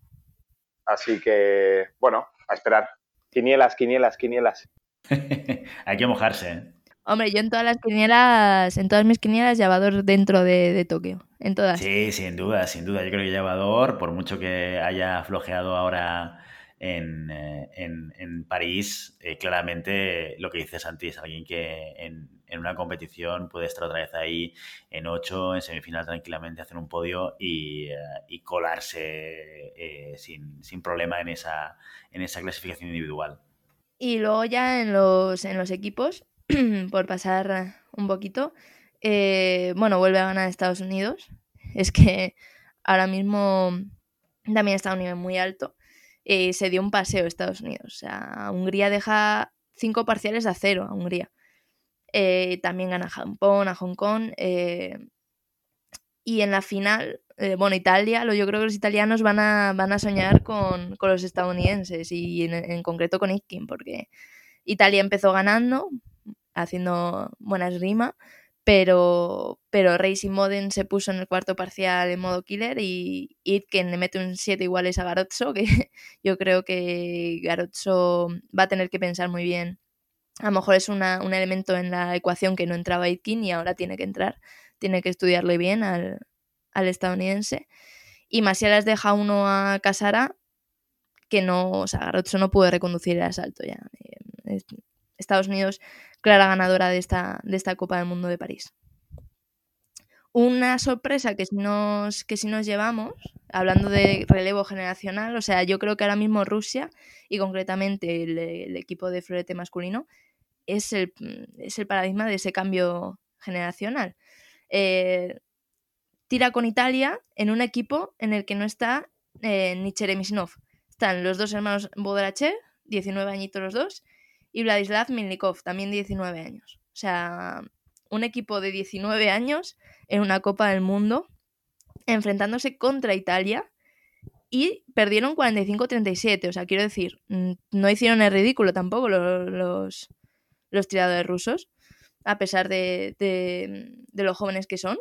Así que, bueno, a esperar. Quinielas, quinielas, quinielas. Hay que mojarse, ¿eh? Hombre, yo en todas las quinielas, en todas mis quinielas, Llavador dentro de, de Tokio. En todas. Sí, sin duda, sin duda. Yo creo que Llavador, por mucho que haya flojeado ahora en, eh, en, en París, eh, claramente lo que dice Santi es alguien que en, en una competición puede estar otra vez ahí en ocho, en semifinal tranquilamente, hacer un podio y, eh, y colarse eh, sin, sin problema en esa, en esa clasificación individual. Y luego ya en los, en los equipos, por pasar un poquito, eh, bueno, vuelve a ganar Estados Unidos. Es que ahora mismo también está a un nivel muy alto. Eh, se dio un paseo Estados Unidos. O sea, Hungría deja cinco parciales a cero a Hungría. Eh, también gana Japón, a Hong Kong. Eh, y en la final, eh, bueno, Italia, lo, yo creo que los italianos van a, van a soñar con, con los estadounidenses y en, en concreto con Itkin, porque Italia empezó ganando, haciendo buena esgrima, pero, pero Racing Modern se puso en el cuarto parcial en modo killer y Itkin le mete un siete iguales a Garozzo, que yo creo que Garozzo va a tener que pensar muy bien. A lo mejor es una, un elemento en la ecuación que no entraba Itkin y ahora tiene que entrar. Tiene que estudiarle bien al, al estadounidense. Y Masialas deja uno a Casara, que no, o sea, Garozzo no puede reconducir el asalto ya. Estados Unidos clara ganadora de esta, de esta Copa del Mundo de París. Una sorpresa que si nos, que si nos llevamos, hablando de relevo generacional, o sea, yo creo que ahora mismo Rusia, y concretamente el, el equipo de florete masculino, es el, es el paradigma de ese cambio generacional. Eh, tira con Italia en un equipo en el que no está eh, ni Cheremisinov. Están los dos hermanos Bodrachev, diecinueve añitos los dos, y Vladislav Milnikov, también diecinueve años. O sea, un equipo de diecinueve años en una Copa del Mundo enfrentándose contra Italia y perdieron cuarenta y cinco a treinta y siete. O sea, quiero decir, no hicieron el ridículo tampoco los, los, los tiradores rusos, a pesar de, de, de lo jóvenes que son.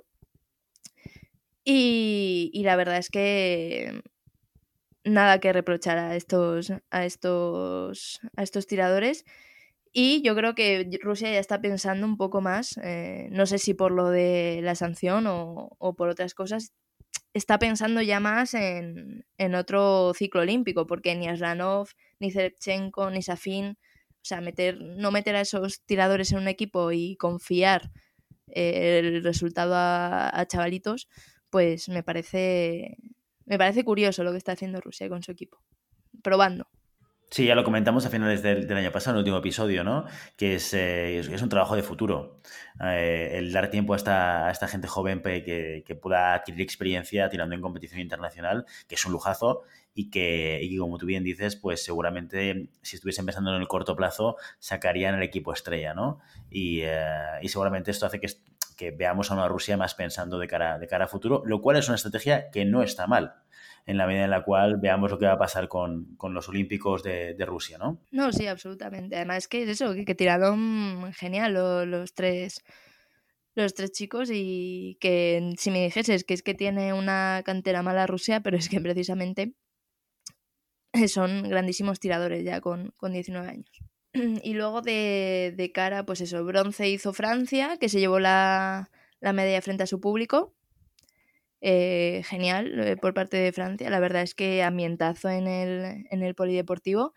Y, y la verdad es que nada que reprochar a estos, a estos, a estos tiradores. Y yo creo que Rusia ya está pensando un poco más, eh, no sé si por lo de la sanción o, o por otras cosas, está pensando ya más en, en otro ciclo olímpico, porque ni Aslanov, ni Zerchenko, ni Safin, o sea, meter, no meter a esos tiradores en un equipo y confiar eh, el resultado a, a chavalitos, pues me parece, me parece curioso lo que está haciendo Rusia con su equipo, probando. Sí, ya lo comentamos a finales del, del año pasado, en el último episodio, ¿no? Que es, eh, es, es un trabajo de futuro. Eh, el dar tiempo a esta, a esta gente joven que, que pueda adquirir experiencia tirando en competición internacional, que es un lujazo y que, y que, como tú bien dices, pues seguramente si estuviesen pensando en el corto plazo, sacarían el equipo estrella, ¿no? Y, eh, y seguramente esto hace que, que veamos a una Rusia más pensando de cara, de cara a futuro, lo cual es una estrategia que no está mal, en la medida en la cual veamos lo que va a pasar con, con los Olímpicos de, de Rusia, ¿no? No, sí, absolutamente. Además es que es eso, que, que tiraron genial los, los tres los tres chicos y que si me dijeses que es que tiene una cantera mala Rusia, pero es que precisamente son grandísimos tiradores ya con, con diecinueve años. Y luego de, de cara, pues eso, bronce hizo Francia, que se llevó la, la medalla frente a su público. Eh, genial eh, por parte de Francia, la verdad es que ambientazo en el, en el polideportivo.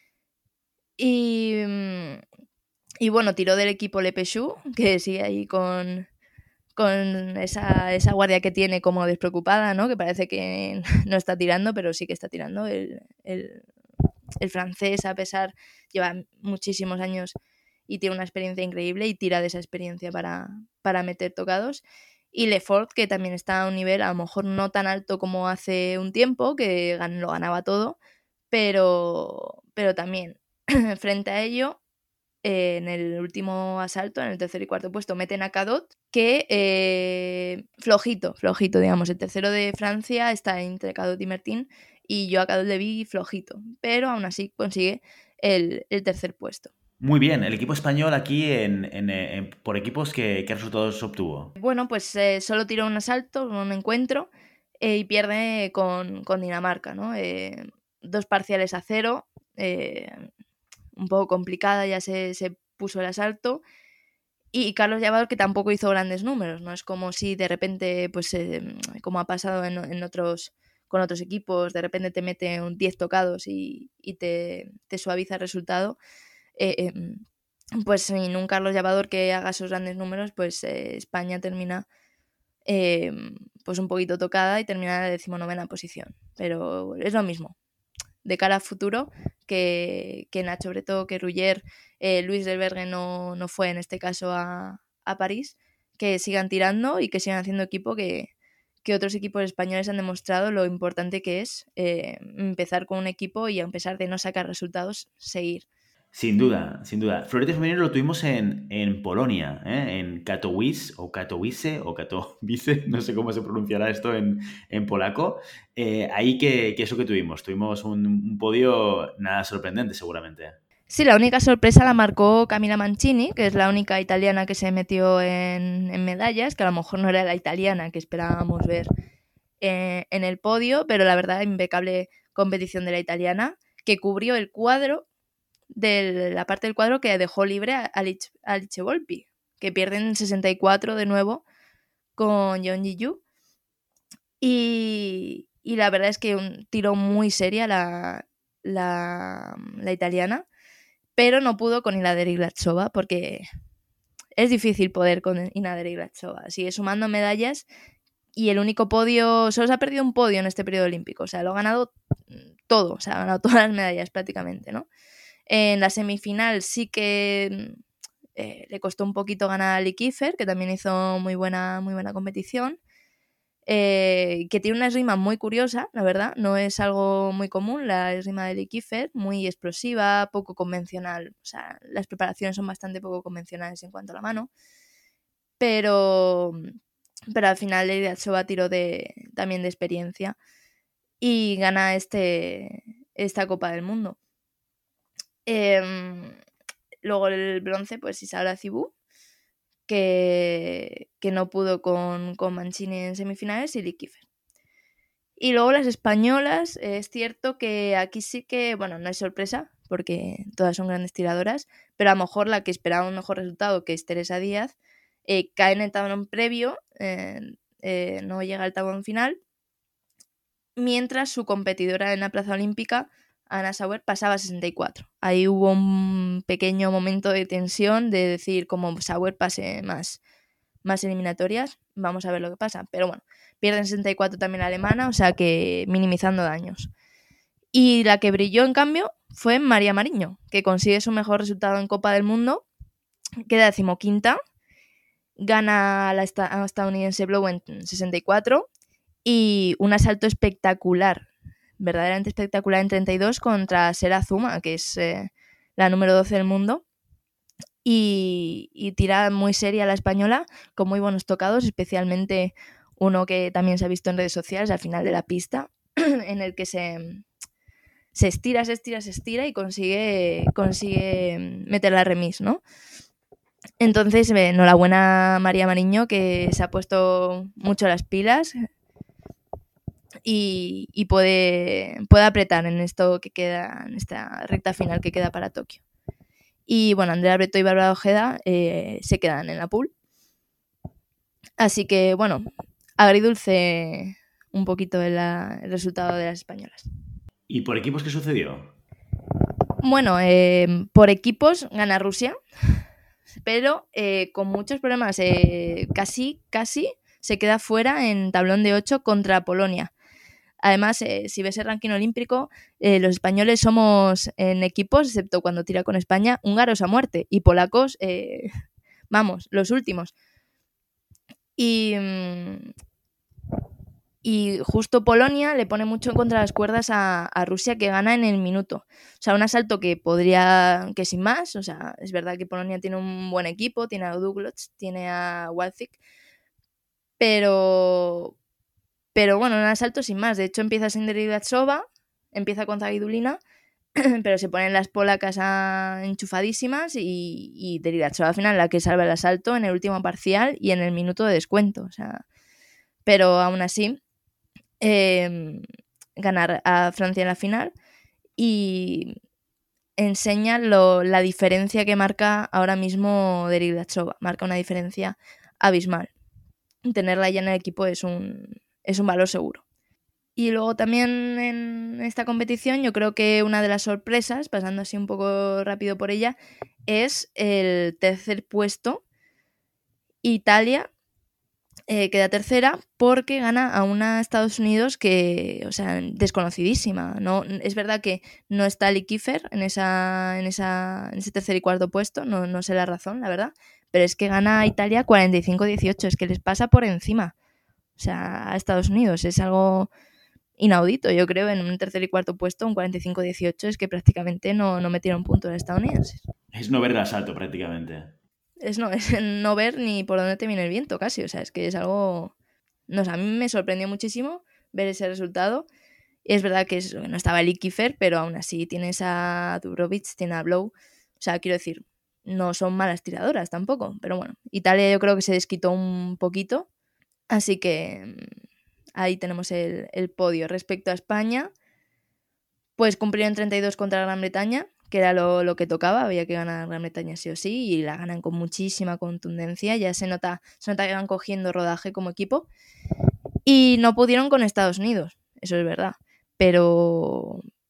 Y, y bueno, tiró del equipo Le Péchou, que sigue ahí con, con esa, esa guardia que tiene como despreocupada, ¿no? Que parece que no está tirando, pero sí que está tirando. El, el, el francés, a pesar, lleva muchísimos años y tiene una experiencia increíble y tira de esa experiencia para, para meter tocados. Y Lefort, que también está a un nivel a lo mejor no tan alto como hace un tiempo, que lo ganaba todo, pero, pero también frente a ello, eh, en el último asalto, en el tercer y cuarto puesto, meten a Cadot, que eh, flojito, flojito, digamos. El tercero de Francia está entre Cadot y Mertín, y yo a Cadot le vi flojito, pero aún así consigue el, el tercer puesto. Muy bien, el equipo español aquí en, en, en, por equipos, ¿qué, qué resultados obtuvo? Bueno, pues eh, solo tiró un asalto, un encuentro, eh, y pierde con, con Dinamarca, ¿no? Eh, dos parciales a cero, eh, un poco complicada, ya se, se puso el asalto. Y Carlos Llavador, que tampoco hizo grandes números, no es como si de repente, pues eh, como ha pasado en, en otros, con otros equipos, de repente te mete un diez tocados y, y te, te suaviza el resultado. Eh, eh, pues sin un Carlos Llavador que haga esos grandes números, pues eh, España termina eh, pues un poquito tocada y termina en la decimonovena posición. Pero es lo mismo, de cara a futuro, que, que Nacho Breto, que Ruller, eh, Luis del Bergue no, no fue en este caso a, a París, que sigan tirando y que sigan haciendo equipo, que, que otros equipos españoles han demostrado lo importante que es eh, empezar con un equipo y a pesar de no sacar resultados, seguir. Sin duda, sin duda. Florete femenino lo tuvimos en, en Polonia, ¿eh? En Katowice o Katowice o Katowice, no sé cómo se pronunciará esto en, en polaco. Eh, ahí que, que eso que tuvimos, tuvimos un, un podio nada sorprendente seguramente. Sí, la única sorpresa la marcó Camila Mancini, que es la única italiana que se metió en, en medallas, que a lo mejor no era la italiana que esperábamos ver eh, en el podio, pero la verdad, impecable competición de la italiana, que cubrió el cuadro de la parte del cuadro que dejó libre a Alice Volpi, que pierden sesenta y cuatro de nuevo con Yeon Ji-Yu. Y, y la verdad es que un tiro muy seria la, la, la italiana. pero no pudo con Inader Iglachova porque es difícil poder con Inader Iglachova. Sigue sumando medallas y el único podio, solo se ha perdido un podio en este periodo olímpico, o sea, lo ha ganado todo, o sea, ha ganado todas las medallas prácticamente, ¿no? En la semifinal sí que eh, le costó un poquito ganar a Lee Kiefer, que también hizo muy buena, muy buena competición, eh, que tiene una esgrima muy curiosa, la verdad, no es algo muy común la esgrima de Lee Kiefer, muy explosiva, poco convencional, o sea, las preparaciones son bastante poco convencionales en cuanto a la mano, pero, pero al final Iglachova tiró de, también de experiencia y gana este, esta Copa del Mundo. Eh, luego el bronce, pues Isaura Cibú, que, que no pudo con, con Mancini en semifinales, y Lee Kiefer. Y luego las españolas, eh, es cierto que aquí sí que, bueno, no es sorpresa, porque todas son grandes tiradoras, pero a lo mejor la que esperaba un mejor resultado, que es Teresa Díaz, eh, cae en el tablón previo, eh, eh, no llega al tablón final, mientras su competidora en la plaza olímpica, Anna Sauer, pasaba a sesenta y cuatro. Ahí hubo un pequeño momento de tensión de decir, como Sauer pase más, más eliminatorias, vamos a ver lo que pasa. Pero bueno, pierde en sesenta y cuatro también la alemana, o sea que minimizando daños. Y la que brilló, en cambio, fue María Mariño, que consigue su mejor resultado en Copa del Mundo, queda decimoquinta, gana a la estadounidense Blow en sesenta y cuatro y un asalto espectacular, verdaderamente espectacular en treinta y dos contra Sera Zuma, que es eh, la número doce del mundo, y, y tira muy seria la española, con muy buenos tocados, especialmente uno que también se ha visto en redes sociales al final de la pista, en el que se, se estira, se estira, se estira y consigue, consigue meter la remis, ¿no? Entonces, eh, enhorabuena María Mariño, que se ha puesto mucho las pilas y, y puede, puede apretar en esto que queda, en esta recta final que queda para Tokio. Y bueno, Andrea Breto y Bárbara Ojeda eh, se quedan en la pool. Así que bueno, agridulce un poquito el, el resultado de las españolas. ¿Y por equipos qué sucedió? Bueno, eh, por equipos gana Rusia, pero eh, con muchos problemas. Eh, casi, casi se queda fuera en tablón de ocho contra Polonia. Además, eh, si ves el ranking olímpico, eh, los españoles somos en equipos, excepto cuando tira con España, húngaros a muerte. Y polacos, eh, vamos, los últimos. Y, y justo Polonia le pone mucho en contra las cuerdas a, a Rusia, que gana en el minuto. O sea, un asalto que podría, que sin más, o sea, es verdad que Polonia tiene un buen equipo, tiene a Douglas, tiene a Walczyk, pero... Pero bueno, un asalto sin más. De hecho, empieza sin Iglachova, empieza con Zagidulina, pero se ponen las polacas a... enchufadísimas y, y Iglachova al final la que salva el asalto en el último parcial y en el minuto de descuento. O sea, pero aún así, eh, ganar a Francia en la final y enseña lo, la diferencia que marca ahora mismo Iglachova. Marca una diferencia abismal. Tenerla ya en el equipo es un... es un valor seguro. Y luego también en esta competición yo creo que una de las sorpresas, pasando así un poco rápido por ella, es el tercer puesto. Italia eh, queda tercera porque gana a una Estados Unidos que, o sea, desconocidísima. No, es verdad que no está Lee Kiefer en, esa, en, esa, en ese tercer y cuarto puesto, no, no sé la razón, la verdad, pero es que gana a Italia cuarenta y cinco a dieciocho, es que les pasa por encima. O sea, a Estados Unidos es algo inaudito, yo creo, en un tercer y cuarto puesto, un cuarenta y cinco a dieciocho, es que prácticamente no, no metieron puntos los estadounidenses. Es no ver el asalto, prácticamente. Es no, es no ver ni por dónde te viene el viento, casi. O sea, es que es algo... No sé, a mí me sorprendió muchísimo ver ese resultado. Y es verdad que es, no estaba Lee Kiefer, pero aún así tienes a Dubrovic, tienes a Blow. O sea, quiero decir, no son malas tiradoras tampoco. Pero bueno, Italia yo creo que se desquitó un poquito. Así que ahí tenemos el, el podio. Respecto a España, pues cumplieron treinta y dos contra Gran Bretaña, que era lo, lo que tocaba, había que ganar Gran Bretaña sí o sí, y la ganan con muchísima contundencia, ya se nota, se nota que van cogiendo rodaje como equipo, y no pudieron con Estados Unidos, eso es verdad, pero,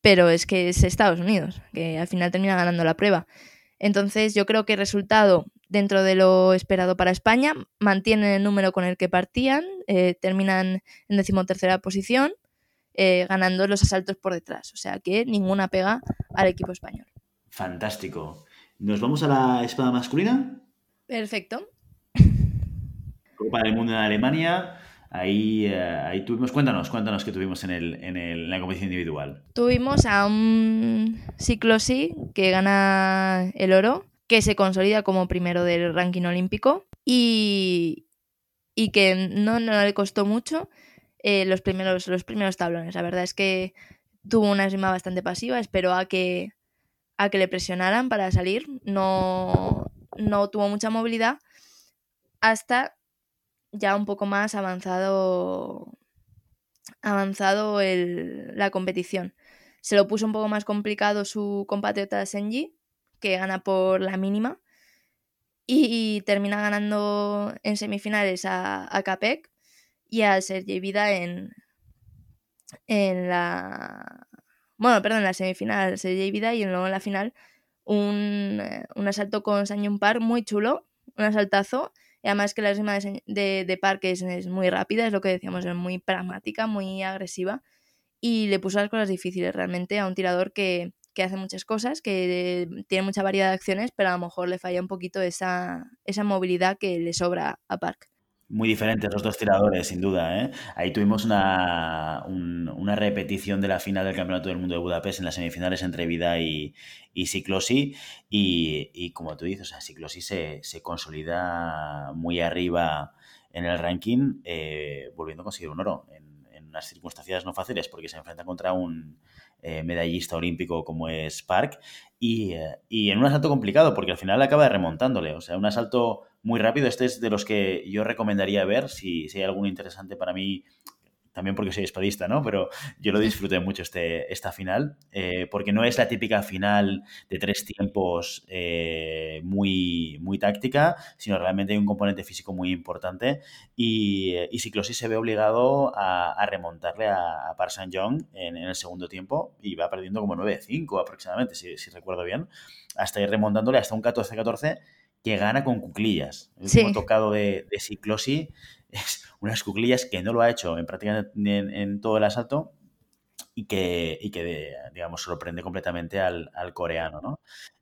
pero es que es Estados Unidos, que al final termina ganando la prueba. Entonces yo creo que el resultado, dentro de lo esperado para España, mantienen el número con el que partían, eh, terminan en decimotercera posición, eh, ganando los asaltos por detrás. O sea que ninguna pega al equipo español. Fantástico. ¿Nos vamos a la espada masculina? Perfecto. Copa del Mundo en Alemania. Ahí, eh, ahí tuvimos... Cuéntanos, cuéntanos qué tuvimos en, el, en, el, en la competición individual. Tuvimos a un ciclosí que gana el oro, que se consolida como primero del ranking olímpico y, y que no, no le costó mucho eh, los, primeros, los primeros tablones. La verdad es que tuvo una esgrima bastante pasiva, esperó a que, a que le presionaran para salir, no, no tuvo mucha movilidad hasta ya un poco más avanzado, avanzado el, la competición. Se lo puso un poco más complicado su compatriota Senji, que gana por la mínima, y, y termina ganando en semifinales a, a Capek y a Sergei Vida en, en la... Bueno, perdón, en la semifinal Sergei Vida y luego en la final un, un asalto con Sang Park muy chulo, un asaltazo. Y además que la esgrima de, de, de Park es, es muy rápida, es lo que decíamos, es muy pragmática, muy agresiva. Y le puso las cosas difíciles realmente a un tirador que, que hace muchas cosas, que tiene mucha variedad de acciones, pero a lo mejor le falla un poquito esa, esa movilidad que le sobra a Park. Muy diferentes los dos tiradores, sin duda, ¿eh? Ahí tuvimos una, un, una repetición de la final del Campeonato del Mundo de Budapest en las semifinales entre Vida y, y Ciclosi. Y, y como tú dices, o sea, Ciclosi se, se consolida muy arriba en el ranking, eh, volviendo a conseguir un oro en, en unas circunstancias no fáciles, porque se enfrenta contra un eh, medallista olímpico como es Park. Y, eh, y en un asalto complicado, porque al final acaba remontándole. O sea, un asalto muy rápido. Este es de los que yo recomendaría ver, si, si hay alguno interesante para mí, también porque soy espadista, ¿no? Pero yo lo disfruté mucho este, esta final, eh, porque no es la típica final de tres tiempos eh, muy, muy táctica, sino realmente hay un componente físico muy importante y, y Ciclosi se ve obligado a, a remontarle a, a Park Sang-jong en, en el segundo tiempo y va perdiendo como nueve cinco aproximadamente, si, si recuerdo bien, hasta ir remontándole hasta un catorce catorce que gana con cuclillas. El último Sí. tocado de, de Ciclosi es unas cuclillas que no lo ha hecho en prácticamente en, en todo el asalto y que, y que digamos, sorprende completamente al, al coreano, ¿no?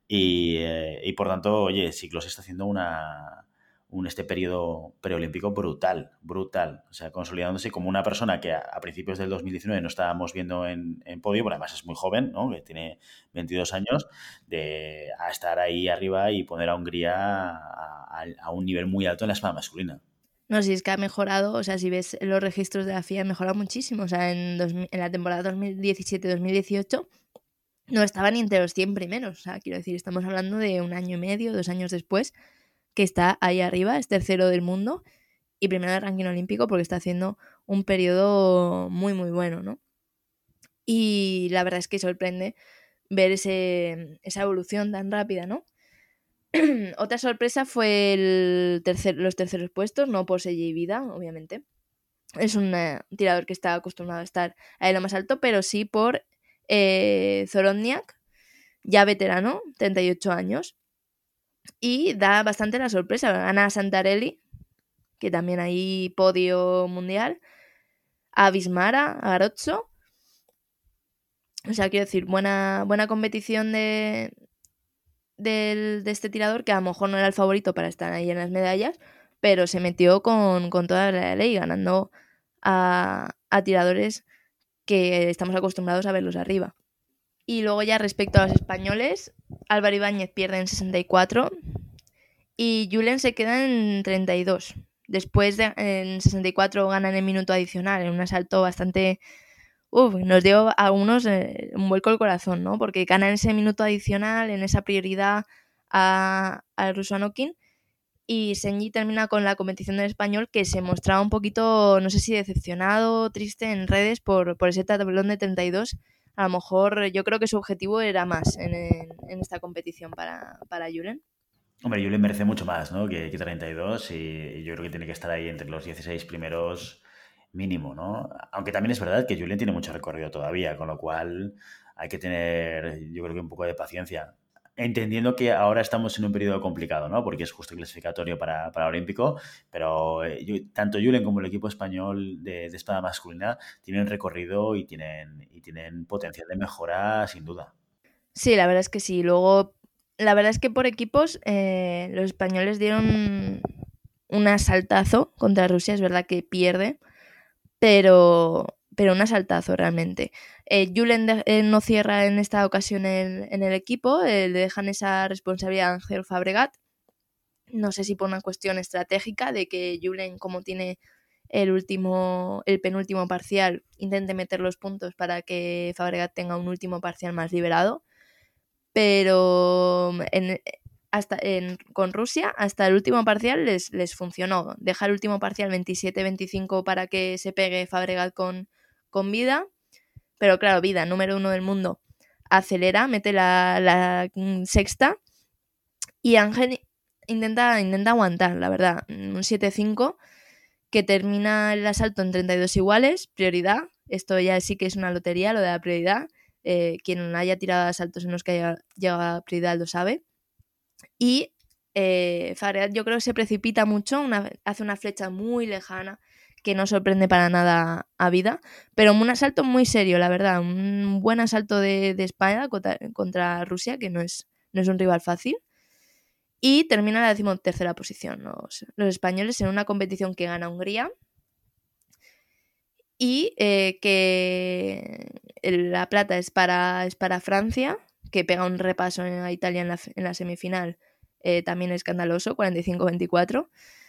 Y, eh, y por tanto, oye, Ciclosi está haciendo una, un este periodo preolímpico brutal, brutal. O sea, consolidándose como una persona que a, a principios del dos mil diecinueve no estábamos viendo en, en podio, bueno, además es muy joven, ¿no? Que tiene veintidós años, de a estar ahí arriba y poner a Hungría a, a, a un nivel muy alto en la espada masculina. No, si es que ha mejorado, o sea, si ves los registros de la F I A, ha mejorado muchísimo. O sea, en, dos, en la temporada dos mil diecisiete dos mil dieciocho no estaba ni entre los cien primeros. O sea, quiero decir, estamos hablando de un año y medio, dos años después, que está ahí arriba, es tercero del mundo y primero del ranking olímpico porque está haciendo un periodo muy, muy bueno, ¿no? Y la verdad es que sorprende ver ese, esa evolución tan rápida, ¿no? Otra sorpresa fue el tercer, los terceros puestos, no por Sergei Vida, obviamente. Es un uh, tirador que está acostumbrado a estar ahí lo más alto, pero sí por eh, Zorodniak, ya veterano, treinta y ocho años. Y da bastante la sorpresa. Gana a Santarelli, que también hay podio mundial, a Bismara, a Garozzo. O sea, quiero decir, buena, buena competición de, de, de este tirador, que a lo mejor no era el favorito para estar ahí en las medallas, pero se metió con, con toda la ley, ganando a, a tiradores que estamos acostumbrados a verlos arriba. Y luego ya respecto a los españoles, Álvaro Ibáñez pierde en sesenta y cuatro y Julen se queda en treinta y dos. Después de, en sesenta y cuatro ganan en minuto adicional, en un asalto bastante... Uf, nos dio a algunos eh, un vuelco al corazón, ¿no? Porque ganan ese minuto adicional, en esa prioridad a, a Russo Anokin, y Senji termina con la competición del español, que se mostraba un poquito, no sé si decepcionado, triste en redes por, por ese tablón de treinta y dos. A lo mejor yo creo que su objetivo era más en, en, en esta competición para, para Julen. Hombre, Julen merece mucho más, ¿no? Que, que treinta y dos y yo creo que tiene que estar ahí entre los dieciséis primeros mínimo, ¿no? Aunque también es verdad que Julen tiene mucho recorrido todavía, con lo cual hay que tener, yo creo que un poco de paciencia. Entendiendo que ahora estamos en un periodo complicado, ¿no? Porque es justo clasificatorio para, para Olímpico, pero eh, yo, tanto Julen como el equipo español de, de espada masculina tienen recorrido y tienen, y tienen potencial de mejora sin duda. Sí, la verdad es que sí. Luego, la verdad es que por equipos eh, los españoles dieron un asaltazo contra Rusia. Es verdad que pierde, pero, pero un asaltazo realmente. Eh, Julen de, eh, no cierra en esta ocasión el, en el equipo, eh, le dejan esa responsabilidad a Ángel Fabregat. No sé si por una cuestión estratégica de que Julen, como tiene el último, el penúltimo parcial, intente meter los puntos para que Fabregat tenga un último parcial más liberado. Pero en, hasta en, con Rusia hasta el último parcial les, les funcionó. Deja el último parcial veintisiete veinticinco para que se pegue Fabregat con, con Vida, pero claro, Vida, número uno del mundo, acelera, mete la, la sexta y Ángel intenta, intenta aguantar, la verdad, un siete cinco que termina el asalto en treinta y dos iguales, prioridad. Esto ya sí que es una lotería, lo de la prioridad. Eh, quien haya tirado asaltos en los que haya llegado a prioridad lo sabe. Y eh, Fabregat yo creo que se precipita mucho, una, hace una flecha muy lejana que no sorprende para nada a Vida, pero un asalto muy serio, la verdad, un buen asalto de, de España contra, contra Rusia, que no es, no es un rival fácil. Y termina en la decimotercera posición los, los españoles en una competición que gana Hungría y eh, que la plata es para, es para Francia, que pega un repaso a Italia en la, en la semifinal, eh, también escandaloso, cuarenta y cinco veinticuatro.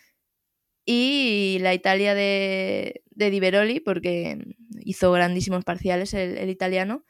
Y la Italia de, de Di Veroli, porque hizo grandísimos parciales el, el italiano,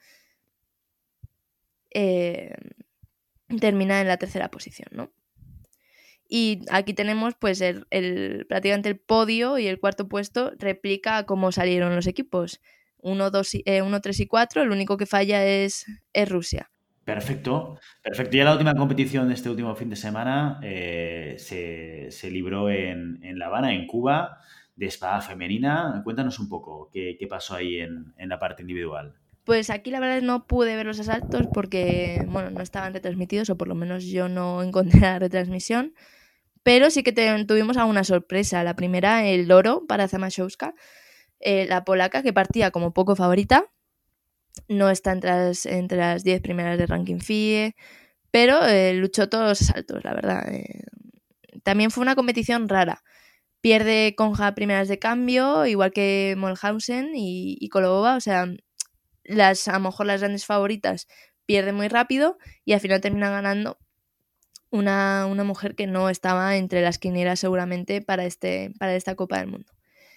eh, termina en la tercera posición, ¿no? Y aquí tenemos pues el, el, prácticamente el podio y el cuarto puesto replica cómo salieron los equipos. uno, dos, eh, uno, tres y cuatro, el único que falla es, es Rusia. Perfecto, perfecto. Ya la última competición de este último fin de semana eh, se, se libró en, en La Habana, en Cuba, de espada femenina. Cuéntanos un poco qué, qué pasó ahí en, en la parte individual. Pues aquí la verdad no pude ver los asaltos porque, bueno, no estaban retransmitidos, o por lo menos yo no encontré la retransmisión, pero sí que te, tuvimos alguna sorpresa. La primera, el oro para Zamaszewska, eh, la polaca, que partía como poco favorita, no está entre las, entre las diez primeras de ranking F I E, pero eh, luchó todos los asaltos, la verdad. Eh, también fue una competición rara. Pierde Conja primeras de cambio, igual que Molhausen y, y Kolobova, o sea, las, a lo mejor las grandes favoritas pierden muy rápido y al final termina ganando una, una mujer que no estaba entre las quinielas seguramente para, este, para esta Copa del Mundo.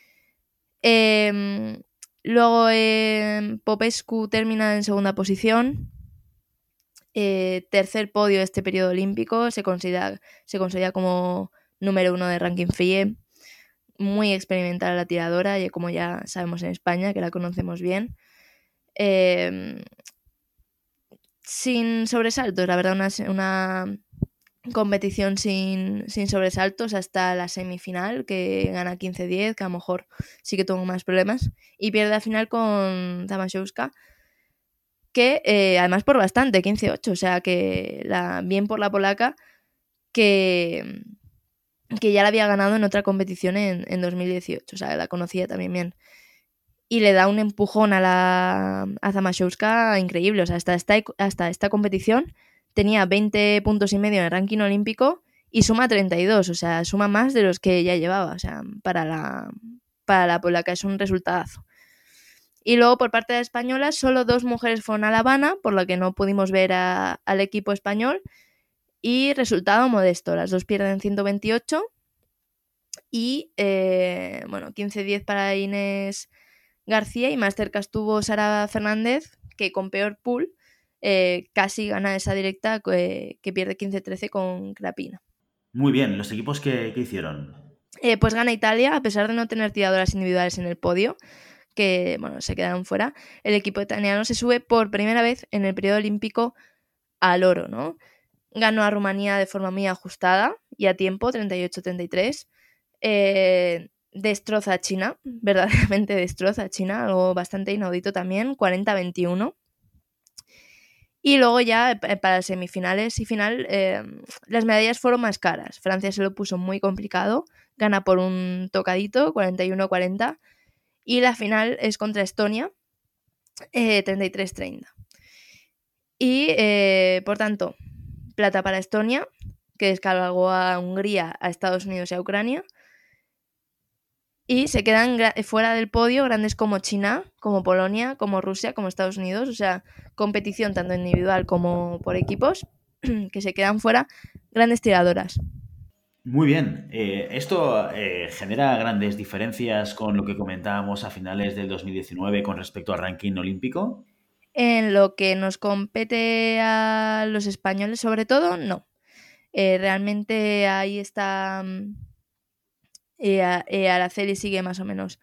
Eh, luego eh, Popescu termina en segunda posición. Eh, tercer podio de este periodo olímpico, se considera, se considera como número uno de ranking F I E. Muy experimental la tiradora, y como ya sabemos en España, que la conocemos bien. Eh, sin sobresaltos, la verdad, una, una competición sin, sin sobresaltos hasta la semifinal, que gana quince diez, que a lo mejor sí que tuvo más problemas, y pierde la final con Zamaszewska, que eh, además por bastante, quince ocho, o sea que la, bien por la polaca, que, que ya la había ganado en otra competición en, en dos mil dieciocho, o sea, la conocía también bien. Y le da un empujón a la a Zamaszewska increíble, o sea, hasta esta, hasta esta competición tenía veinte puntos y medio en el ranking olímpico y suma treinta y dos, o sea, suma más de los que ya llevaba, o sea, para la, para la polaca es un resultadazo. Y luego por parte de la española solo dos mujeres fueron a La Habana, por lo que no pudimos ver a, al equipo español, y resultado modesto, las dos pierden ciento veintiocho y eh, bueno, quince diez para Inés García, y más cerca estuvo Sara Fernández, que con peor pool eh, casi gana esa directa, que, que pierde quince trece con Krapina. Muy bien, ¿los equipos qué, qué hicieron? Eh, pues gana Italia, a pesar de no tener tiradoras individuales en el podio, que bueno, se quedaron fuera. El equipo italiano se sube por primera vez en el periodo olímpico al oro, ¿no? Ganó a Rumanía de forma muy ajustada y a tiempo, treinta y ocho treinta y tres. Eh, destroza a China, verdaderamente destroza a China, algo bastante inaudito también, cuarenta veintiuno. Y luego ya para semifinales y final eh, las medallas fueron más caras. Francia se lo puso muy complicado, gana por un tocadito, cuarenta y uno a cuarenta, y la final es contra Estonia, eh, treinta y tres a treinta. Y eh, por tanto, plata para Estonia, que descargó a Hungría, a Estados Unidos y a Ucrania. Y se quedan fuera del podio grandes como China, como Polonia, como Rusia, como Estados Unidos. O sea, competición tanto individual como por equipos, que se quedan fuera grandes tiradoras. Muy bien. Eh, esto eh, genera grandes diferencias con lo que comentábamos a finales del dos mil diecinueve con respecto al ranking olímpico. En lo que nos compete a los españoles, sobre todo, no. Eh, realmente ahí está... Eh, eh, Araceli sigue más o menos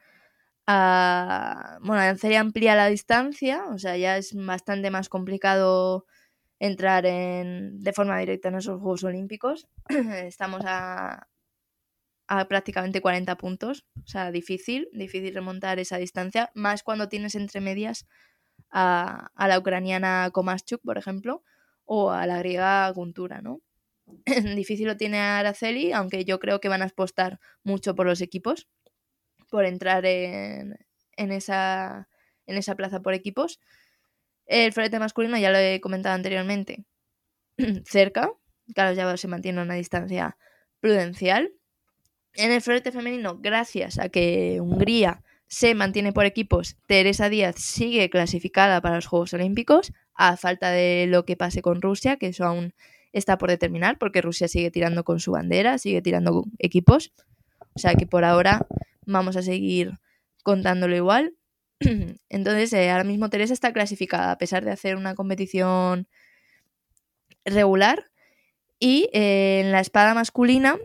a... Bueno, Araceli amplía la distancia, o sea, ya es bastante más complicado entrar en, de forma directa en esos Juegos Olímpicos. Estamos a, a prácticamente cuarenta puntos, o sea, difícil, difícil remontar esa distancia, más cuando tienes entre medias a, a la ucraniana Komaschuk, por ejemplo, o a la griega Guntura, ¿no? Difícil lo tiene Araceli, aunque yo creo que van a apostar mucho por los equipos, por entrar en, en, esa, en esa plaza por equipos. El florete masculino ya lo he comentado anteriormente, cerca, claro, ya se mantiene a una distancia prudencial. En el florete femenino, gracias a que Hungría se mantiene por equipos, Teresa Díaz sigue clasificada para los Juegos Olímpicos, a falta de lo que pase con Rusia, que eso aún está por determinar, porque Rusia sigue tirando con su bandera, sigue tirando equipos. O sea que por ahora vamos a seguir contándolo igual. Entonces, eh, ahora mismo Teresa está clasificada, a pesar de hacer una competición regular. Y eh, en la espada masculina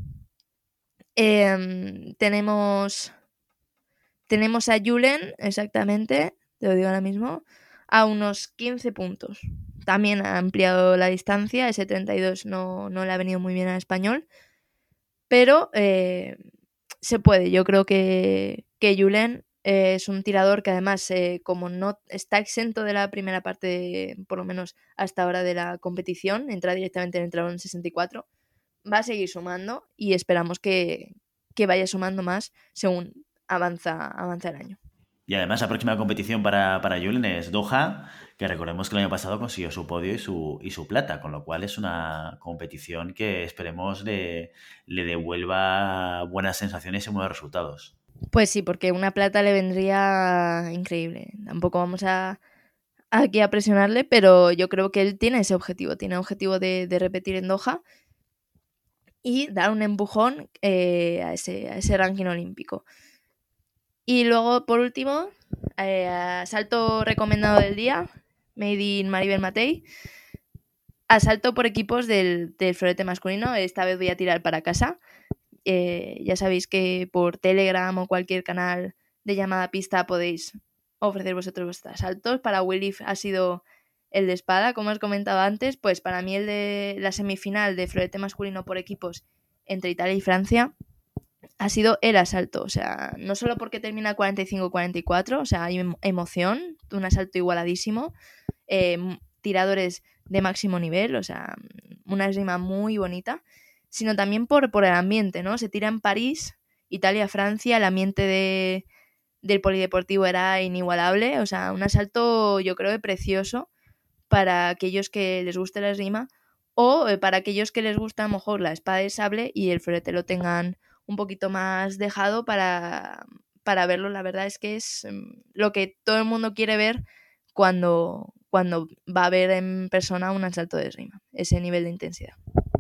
eh, tenemos, tenemos a Julen, exactamente, te lo digo ahora mismo, a unos quince puntos. También ha ampliado la distancia, ese treinta y dos no, no le ha venido muy bien al español, pero eh, se puede. Yo creo que, que Julen eh, es un tirador que además, eh, como no está exento de la primera parte, de, por lo menos hasta ahora de la competición, entra directamente en el entrado en sesenta y cuatro, va a seguir sumando y esperamos que, que vaya sumando más según avanza, avanza el año. Y además la próxima competición para, para Julen es Doha, que recordemos que el año pasado consiguió su podio y su, y su plata, con lo cual es una competición que esperemos le, le devuelva buenas sensaciones y buenos resultados. Pues sí, porque una plata le vendría increíble. Tampoco vamos a aquí a presionarle, pero yo creo que él tiene ese objetivo, tiene el objetivo de, de repetir en Doha y dar un empujón eh, a, ese, a ese ranking olímpico. Y luego, por último, eh, salto recomendado del día, Made in Maribel Matei. Asalto por equipos del, del florete masculino. Esta vez voy a tirar para casa. Eh, ya sabéis que por Telegram o cualquier canal de llamada pista podéis ofrecer vosotros vuestros asaltos. Para Willif ha sido el de espada, como os comentaba antes. Pues para mí el de la semifinal de florete masculino por equipos entre Italia y Francia ha sido el asalto, o sea, no solo porque termina cuarenta y cinco a cuarenta y cuatro, o sea, hay emoción, un asalto igualadísimo, eh, tiradores de máximo nivel, o sea, una esgrima muy bonita, sino también por, por el ambiente, ¿no? Se tira en París, Italia-Francia, el ambiente de, del polideportivo era inigualable, o sea, un asalto yo creo precioso para aquellos que les guste la esgrima o eh, para aquellos que les gusta a lo mejor la espada de sable y el florete lo tengan un poquito más dejado para, para verlo. La verdad es que es lo que todo el mundo quiere ver cuando, cuando va a ver en persona un asalto de esgrima, ese nivel de intensidad.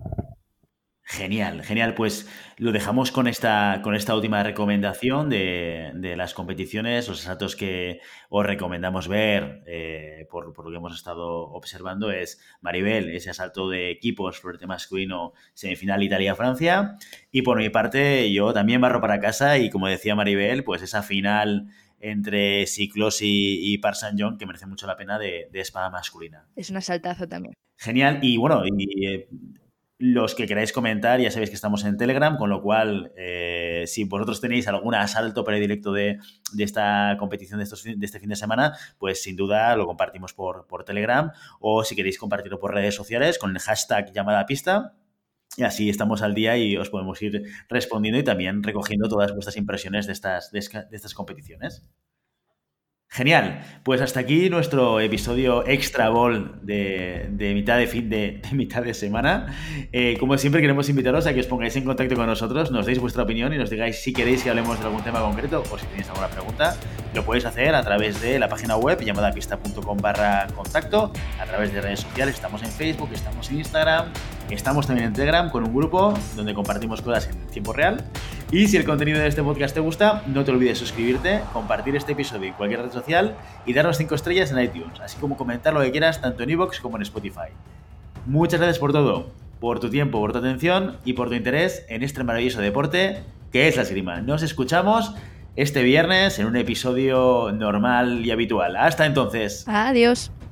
Genial, genial. Pues lo dejamos con esta, con esta última recomendación de, de las competiciones, los asaltos que os recomendamos ver eh, por, por lo que hemos estado observando es Maribel, ese asalto de equipos, florete masculino, semifinal Italia-Francia. Y por mi parte, yo también barro para casa y como decía Maribel, pues esa final entre Ciclos y, y Park Sang-jong que merece mucho la pena de, de espada masculina. Es un asaltazo también. Genial. Y bueno, y... Eh, los que queráis comentar, ya sabéis que estamos en Telegram, con lo cual, eh, eh, si vosotros tenéis algún asalto predilecto de, de esta competición de, estos, de este fin de semana, pues sin duda lo compartimos por, por Telegram, o si queréis compartirlo por redes sociales con el hashtag llamada pista. Y así estamos al día y os podemos ir respondiendo y también recogiendo todas vuestras impresiones de estas, de estas competiciones. Genial, pues hasta aquí nuestro episodio Extra Ball de, de mitad de fin de, de mitad de semana. Eh, como siempre queremos invitaros a que os pongáis en contacto con nosotros, nos deis vuestra opinión y nos digáis si queréis que hablemos de algún tema concreto o si tenéis alguna pregunta. Lo podéis hacer a través de la página web llamadapista.com barra contacto, a través de redes sociales, estamos en Facebook, estamos en Instagram, estamos también en Telegram con un grupo donde compartimos cosas en tiempo real. Y si el contenido de este podcast te gusta, no te olvides suscribirte, compartir este episodio en cualquier red social y darnos cinco estrellas en iTunes, así como comentar lo que quieras tanto en iVoox como en Spotify. Muchas gracias por todo, por tu tiempo, por tu atención y por tu interés en este maravilloso deporte que es la esgrima. Nos escuchamos este viernes en un episodio normal y habitual. Hasta entonces. Adiós.